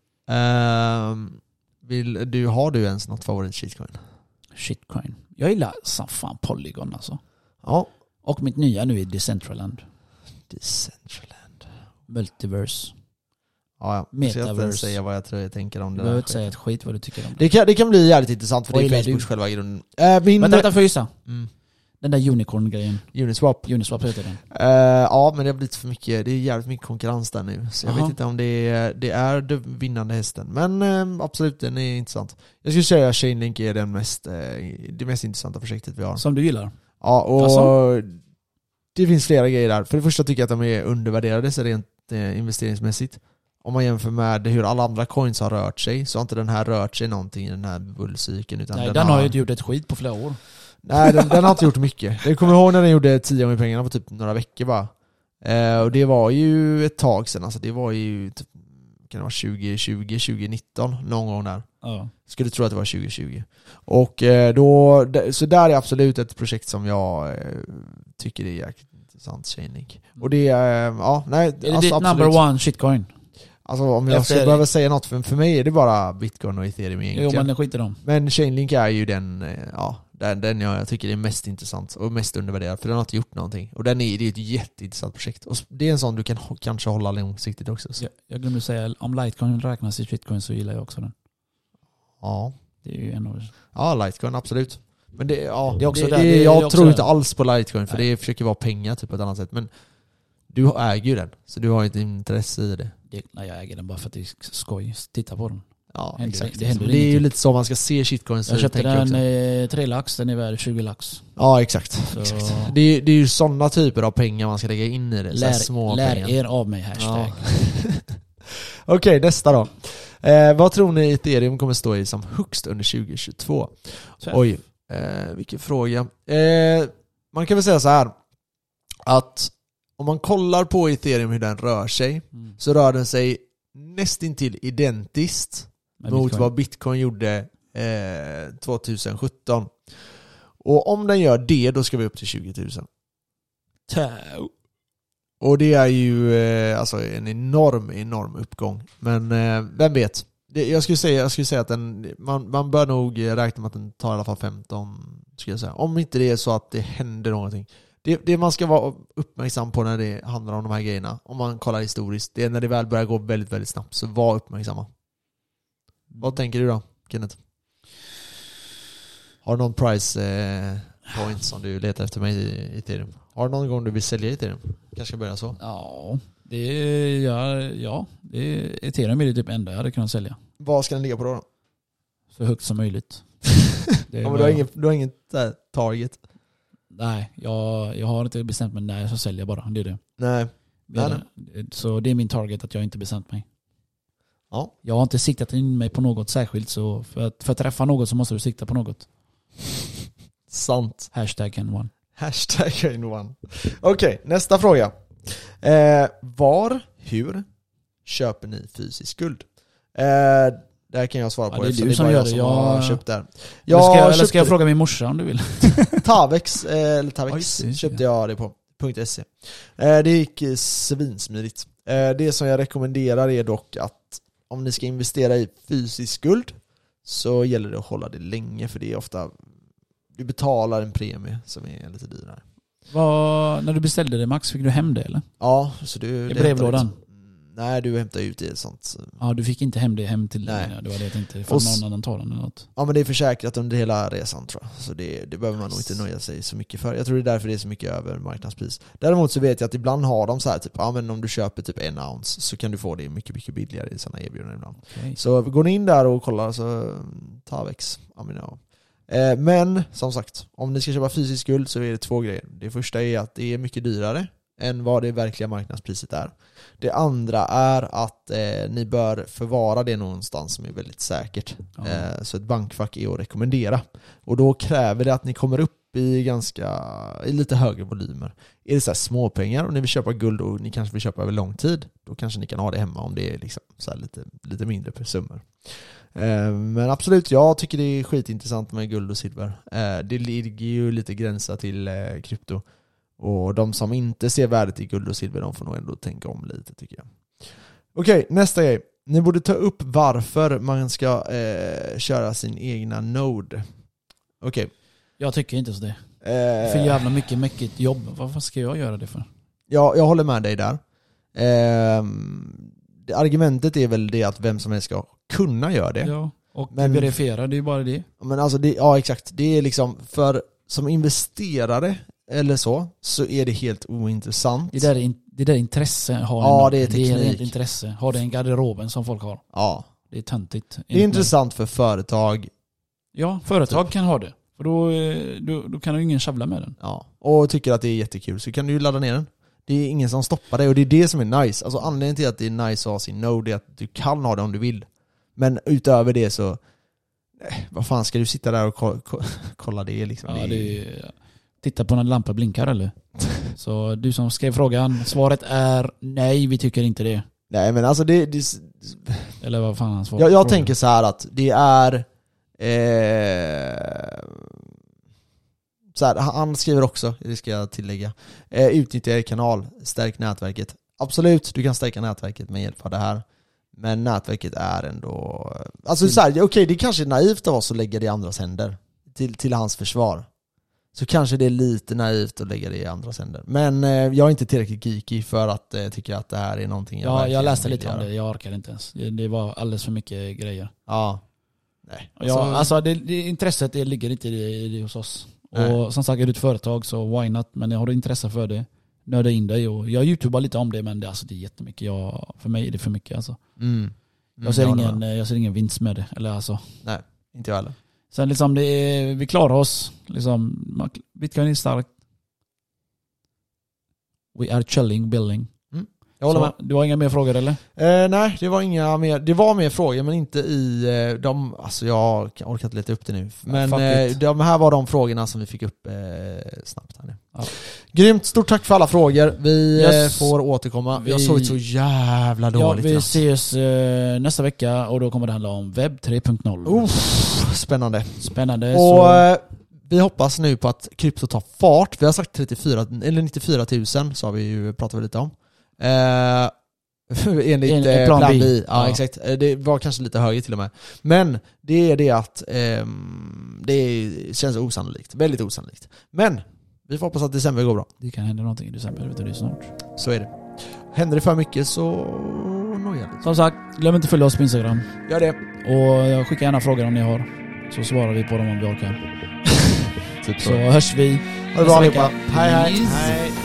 Speaker 1: Ehm, vill, du, har du ens något favorit shitcoin?
Speaker 2: Shitcoin. Jag gillar som fan Polygon alltså.
Speaker 1: Ja.
Speaker 2: Och mitt nya nu är Decentraland.
Speaker 1: Decentraland.
Speaker 2: Multiverse.
Speaker 1: Ja, ja. Jag ska inte
Speaker 2: Metaverse.
Speaker 1: ens säga vad jag tror jag tänker om
Speaker 2: Du
Speaker 1: det
Speaker 2: behöver
Speaker 1: där.
Speaker 2: inte säga ett skit vad du tycker om det.
Speaker 1: Det kan, det kan bli jävligt intressant för
Speaker 2: Vad
Speaker 1: det
Speaker 2: gillar
Speaker 1: är Facebooks
Speaker 2: du?
Speaker 1: själva grunden. Äh, min...
Speaker 2: Vänta, vänta, får jag gissa?
Speaker 1: Mm.
Speaker 2: Den där unicorn-grejen.
Speaker 1: Uniswap.
Speaker 2: Uniswap heter den.
Speaker 1: Uh, ja, men det har blivit för mycket. Det är jävligt mycket konkurrens där nu. Så jag
Speaker 2: Aha.
Speaker 1: vet inte om det är, det är den vinnande hästen. Men uh, absolut, den är intressant. Jag skulle säga att Chainlink är den mest, uh, det mest intressanta projektet vi har.
Speaker 2: Som du gillar?
Speaker 1: Ja, och
Speaker 2: Alltså?
Speaker 1: det finns flera grejer där. För det första tycker jag att de är undervärderade så rent uh, investeringsmässigt. Om man jämför med hur alla andra coins har rört sig, så har inte den här rört sig någonting i den här bullcykeln. Utan
Speaker 2: Nej,
Speaker 1: den,
Speaker 2: den har ju inte gjort ett skit på flera år.
Speaker 1: Nej, den, den har inte gjort mycket. Jag kommer ihåg när den gjorde tio gånger pengarna på typ några veckor bara. Eh, och det var ju ett tag sedan. Alltså det var ju typ, kan det vara tjugo tjugo, tjugo nitton någon gång där.
Speaker 2: Ja.
Speaker 1: Skulle tro att det var tjugo tjugo. Och eh, då, så där är absolut ett projekt som jag eh, tycker är jäkligt intressant, Chainlink. Och det är, eh, ja, nej.
Speaker 2: Är det
Speaker 1: alltså,
Speaker 2: ditt
Speaker 1: absolut.
Speaker 2: number one shitcoin?
Speaker 1: Alltså om jag
Speaker 2: Efter-
Speaker 1: ska behöva säga något, för, för mig är det bara Bitcoin och Ethereum egentligen.
Speaker 2: Jo, men det skiter de.
Speaker 1: Men Chainlink är ju den, eh, ja, den, den jag tycker är mest intressant och mest undervärderad, för den har inte gjort någonting. Och den är, det är ett jätteintressant projekt. Och det är en sån du kan h- kanske hålla långsiktigt också. Så.
Speaker 2: Jag, jag glömde säga, om Litecoin räknas i shitcoin så gillar jag också den.
Speaker 1: Ja.
Speaker 2: Det är ju en av...
Speaker 1: Ja, Litecoin, absolut. Men det, ja,
Speaker 2: Det är också
Speaker 1: det,
Speaker 2: där-
Speaker 1: det,
Speaker 2: det är
Speaker 1: jag
Speaker 2: också
Speaker 1: tror
Speaker 2: där.
Speaker 1: inte alls på Litecoin, för
Speaker 2: Nej.
Speaker 1: det försöker vara pengar typ på ett annat sätt. Men du äger ju den, så du har ju ett intresse i det.
Speaker 2: Det, nej, jag äger den bara för att det är skoj. Titta på den.
Speaker 1: Ja,
Speaker 2: Händer-
Speaker 1: exakt.
Speaker 2: det händer
Speaker 1: det är ju
Speaker 2: ingenting.
Speaker 1: lite så man ska se shitcoins.
Speaker 2: Jag köpte
Speaker 1: tänker
Speaker 2: den
Speaker 1: också.
Speaker 2: eh, tre lax, den är värd tjugo lax.
Speaker 1: Ja, exakt.
Speaker 2: Så
Speaker 1: exakt. Det, är, det är ju sådana typer av pengar man ska lägga in i det. Så här små
Speaker 2: lär, lär
Speaker 1: pengar.
Speaker 2: er av mig, hashtag.
Speaker 1: Ja. Okej, nästa då. Eh, vad tror ni Ethereum kommer stå i som högst under tjugo tjugotvå?
Speaker 2: Så.
Speaker 1: Oj, eh, vilken fråga. Eh, man kan väl säga så här att om man kollar på Ethereum hur den rör sig,
Speaker 2: Mm.
Speaker 1: så rör den sig nästintill identiskt
Speaker 2: Med
Speaker 1: mot
Speaker 2: Bitcoin.
Speaker 1: vad Bitcoin gjorde eh, tjugohundrasjutton. Och om den gör det, då ska vi upp till tjugo tusen.
Speaker 2: Tau.
Speaker 1: Och det är ju eh, alltså en enorm, enorm uppgång. Men eh, vem vet? Det, jag, skulle säga, jag skulle säga att den, man, man bör nog räkna med att den tar i alla fall femton, skulle jag säga. Om inte det är så att det händer någonting. Det, det man ska vara uppmärksam på när det handlar om de här grejerna, om man kollar historiskt, det är när det väl börjar gå väldigt, väldigt snabbt. Så var uppmärksamma. Vad tänker du då, Kenneth? Har du någon price eh, point som du letar efter mig i Ethereum? Har du någon gång du vill sälja Ethereum? Kanske ska börja så.
Speaker 2: Ja, det är, ja, ja, det är Ethereum är det typ enda jag hade kunnat sälja.
Speaker 1: Vad ska den ligga på då? då?
Speaker 2: Så högt som möjligt. Det är
Speaker 1: Ja, men
Speaker 2: bara-
Speaker 1: du har inget, du har inget äh, target?
Speaker 2: Nej, jag, jag har inte bestämt mig när jag ska sälja bara. Det är det.
Speaker 1: Nej.
Speaker 2: det, är
Speaker 1: Nej,
Speaker 2: det. Så det är min target att jag inte bestämt mig.
Speaker 1: Ja.
Speaker 2: Jag har inte siktat in mig på något särskilt, så för att, för att träffa något så måste du sikta på något.
Speaker 1: Sant.
Speaker 2: Hashtag N one.
Speaker 1: Hashtag in one. Okej, nästa fråga. Eh, var, hur köper ni fysisk guld? Eh, det här kan jag svara
Speaker 2: Ja,
Speaker 1: på.
Speaker 2: det är
Speaker 1: eftersom
Speaker 2: du som
Speaker 1: bara
Speaker 2: gör
Speaker 1: jag
Speaker 2: det.
Speaker 1: som
Speaker 2: Jag-
Speaker 1: har köpt där.
Speaker 2: Eller ska jag, eller ska
Speaker 1: köpte
Speaker 2: jag fråga min morsa om du vill?
Speaker 1: Tavex, eh, eller Tavex
Speaker 2: Oj, det-
Speaker 1: köpte jag det på. .se. Eh, det gick eh, svinsmidigt. Eh, det som jag rekommenderar är dock att om ni ska investera i fysisk guld så gäller det att hålla det länge, för det är ofta du betalar en premie som är lite dyrare.
Speaker 2: Vad, när du beställde det Max, fick du hem det eller?
Speaker 1: Ja, så du...
Speaker 2: I
Speaker 1: det
Speaker 2: brevlådan?
Speaker 1: hämtar liksom- Nej, du hämtar ut det sånt.
Speaker 2: Ja, du fick inte hem det hem till dig.
Speaker 1: Nej.
Speaker 2: Det var det jag tänkte. Ifall
Speaker 1: Och
Speaker 2: någon annan tar den eller något.
Speaker 1: Ja, men det är försäkrat under hela resan tror jag. Så det, det behöver man nog inte nöja sig så mycket för. Jag tror det är därför det är så mycket över marknadspris. Däremot så vet jag att ibland har de så här typ, ja men om du köper typ en ounce så kan du få det mycket, mycket billigare i sådana erbjudanden ibland.
Speaker 2: Okay.
Speaker 1: Så gå ni in där och kolla så ta väx. I mean, eh, men som sagt, om ni ska köpa fysisk guld så är det två grejer. Det första är att det är mycket dyrare än vad det verkliga marknadspriset är. Det andra är att eh, ni bör förvara det någonstans som är väldigt säkert.
Speaker 2: Ja.
Speaker 1: Eh, så ett bankfack är att rekommendera. Och då kräver det att ni kommer upp i ganska i lite högre volymer. Är det så här småpengar och ni vill köpa guld och ni kanske vill köpa över lång tid, då kanske ni kan ha det hemma om det är liksom så här lite, lite mindre per summor. Eh, men absolut, jag tycker det är skitintressant med guld och silver. Eh, det ligger ju lite gränser till eh, krypto. Och de som inte ser värdet i guld och silver, de får nog ändå tänka om lite tycker jag. Okej, nästa grej. Ni borde ta upp varför man ska eh, köra sin egna node. Okej.
Speaker 2: Jag tycker inte så det.
Speaker 1: Eh,
Speaker 2: För jävla mycket mycket jobb. Varför ska jag göra det för?
Speaker 1: ja, jag håller med dig där. Eh, det, argumentet är väl det att vem som helst ska kunna göra det.
Speaker 2: Ja, och
Speaker 1: Men-
Speaker 2: verifiera, det är ju bara det.
Speaker 1: Men alltså, det, ja exakt. Det är liksom, för som investerare eller så, så är det helt ointressant.
Speaker 2: Det där, in, det där intresse har
Speaker 1: Ja,
Speaker 2: en-
Speaker 1: det är
Speaker 2: det är
Speaker 1: teknik.
Speaker 2: rent intresse. Har det en garderoben som folk har.
Speaker 1: Ja.
Speaker 2: Det är töntigt.
Speaker 1: Det är intressant för företag.
Speaker 2: Ja, företag kan ha det. För då, eh, då, då kan ju ingen sjabbla med den.
Speaker 1: Ja, och tycker att det är jättekul så kan du ju ladda ner den. Det är ingen som stoppar dig och det är det som är nice. Alltså anledningen till att det är nice att ha sin node är att du kan ha det om du vill. Men utöver det så nej, vad fan ska du sitta där och ko- ko- kolla det liksom?
Speaker 2: Ja,
Speaker 1: det är...
Speaker 2: det är, titta på när lampan blinkar eller? Så du som skrev frågan, svaret är nej, vi tycker inte det.
Speaker 1: Nej men alltså det, det...
Speaker 2: Eller vad fan han svarar.
Speaker 1: Jag, jag tänker så här att det är eh... så här, han skriver också, det ska jag tillägga, eh, utnyttja er kanal, stärk nätverket. Absolut, du kan stärka nätverket med hjälp av det här. Men nätverket är ändå... Alltså så här, okej, okay, det är kanske naivt av oss att lägga det i andras händer. Till, till hans försvar. Så kanske det är lite naivt att lägga det i andras händer. Men eh, jag är inte tillräckligt geeky för att eh, tycka att det här är någonting jag
Speaker 2: Ja,
Speaker 1: verkligen
Speaker 2: jag läste
Speaker 1: vill
Speaker 2: lite om
Speaker 1: göra.
Speaker 2: det, jag orkar inte ens. Det, det var alldeles för mycket grejer.
Speaker 1: Ja. Nej.
Speaker 2: Ja, alltså det, det, intresset det ligger inte i det hos oss.
Speaker 1: Nej.
Speaker 2: Och som sagt, är du ett företag så why not? Men har du intresse för det, nörda in dig. Och jag youtubar lite om det, men det, alltså, det är jättemycket. Jag, för mig är det för mycket alltså.
Speaker 1: Mm. Mm,
Speaker 2: Jag, ser
Speaker 1: jag håller
Speaker 2: ingen,
Speaker 1: med.
Speaker 2: jag ser ingen vinst med det. Eller alltså.
Speaker 1: Nej, inte jag heller.
Speaker 2: Sen liksom, det är, vi klarar oss. Liksom, Bitcoin är starkt. We are chilling, building.
Speaker 1: Jag håller
Speaker 2: Så,
Speaker 1: med.
Speaker 2: du har inga mer frågor eller?
Speaker 1: Eh, nej, det var inga mer. Det var mer frågor, men inte i eh, de... Alltså jag orkar inte leta upp det nu. Men
Speaker 2: fuck
Speaker 1: eh,
Speaker 2: it.
Speaker 1: de här var de frågorna som vi fick upp eh, snabbt här nu.
Speaker 2: Ja.
Speaker 1: Grymt, stort tack för alla frågor. Vi
Speaker 2: Yes.
Speaker 1: eh, får återkomma. Vi har
Speaker 2: Vi-
Speaker 1: sovit så jävla
Speaker 2: Ja,
Speaker 1: dåligt.
Speaker 2: vi
Speaker 1: idag.
Speaker 2: ses eh, nästa vecka och då kommer det handla om webb tre punkt noll.
Speaker 1: Uff, spännande.
Speaker 2: Spännande.
Speaker 1: Och
Speaker 2: så,
Speaker 1: eh, vi hoppas nu på att krypto tar fart. Vi har sagt trettiofyra, eller nittiofyra tusen, så har vi ju pratat lite om. Eh, enligt
Speaker 2: En-
Speaker 1: eh,
Speaker 2: plan
Speaker 1: plan
Speaker 2: B.
Speaker 1: B. Ja,
Speaker 2: Ja.
Speaker 1: exakt. Eh, Det var kanske lite högre till och med. Men det är det att ehm, det är, känns osannolikt. Väldigt osannolikt. Men vi får hoppas att december går bra.
Speaker 2: det kan hända någonting i december, vet du, det är snart.
Speaker 1: Så är det. Händer det för mycket så noja lite.
Speaker 2: Som sagt, glöm inte att följa oss på Instagram.
Speaker 1: Gör det.
Speaker 2: Och skicka gärna frågor om ni har. Så svarar vi på dem om vi orkar.
Speaker 1: Typ
Speaker 2: Så hörs vi
Speaker 1: Ha det bra
Speaker 2: nästa vecka.
Speaker 1: allihopa. Hej hej.
Speaker 2: Peace.
Speaker 1: hej.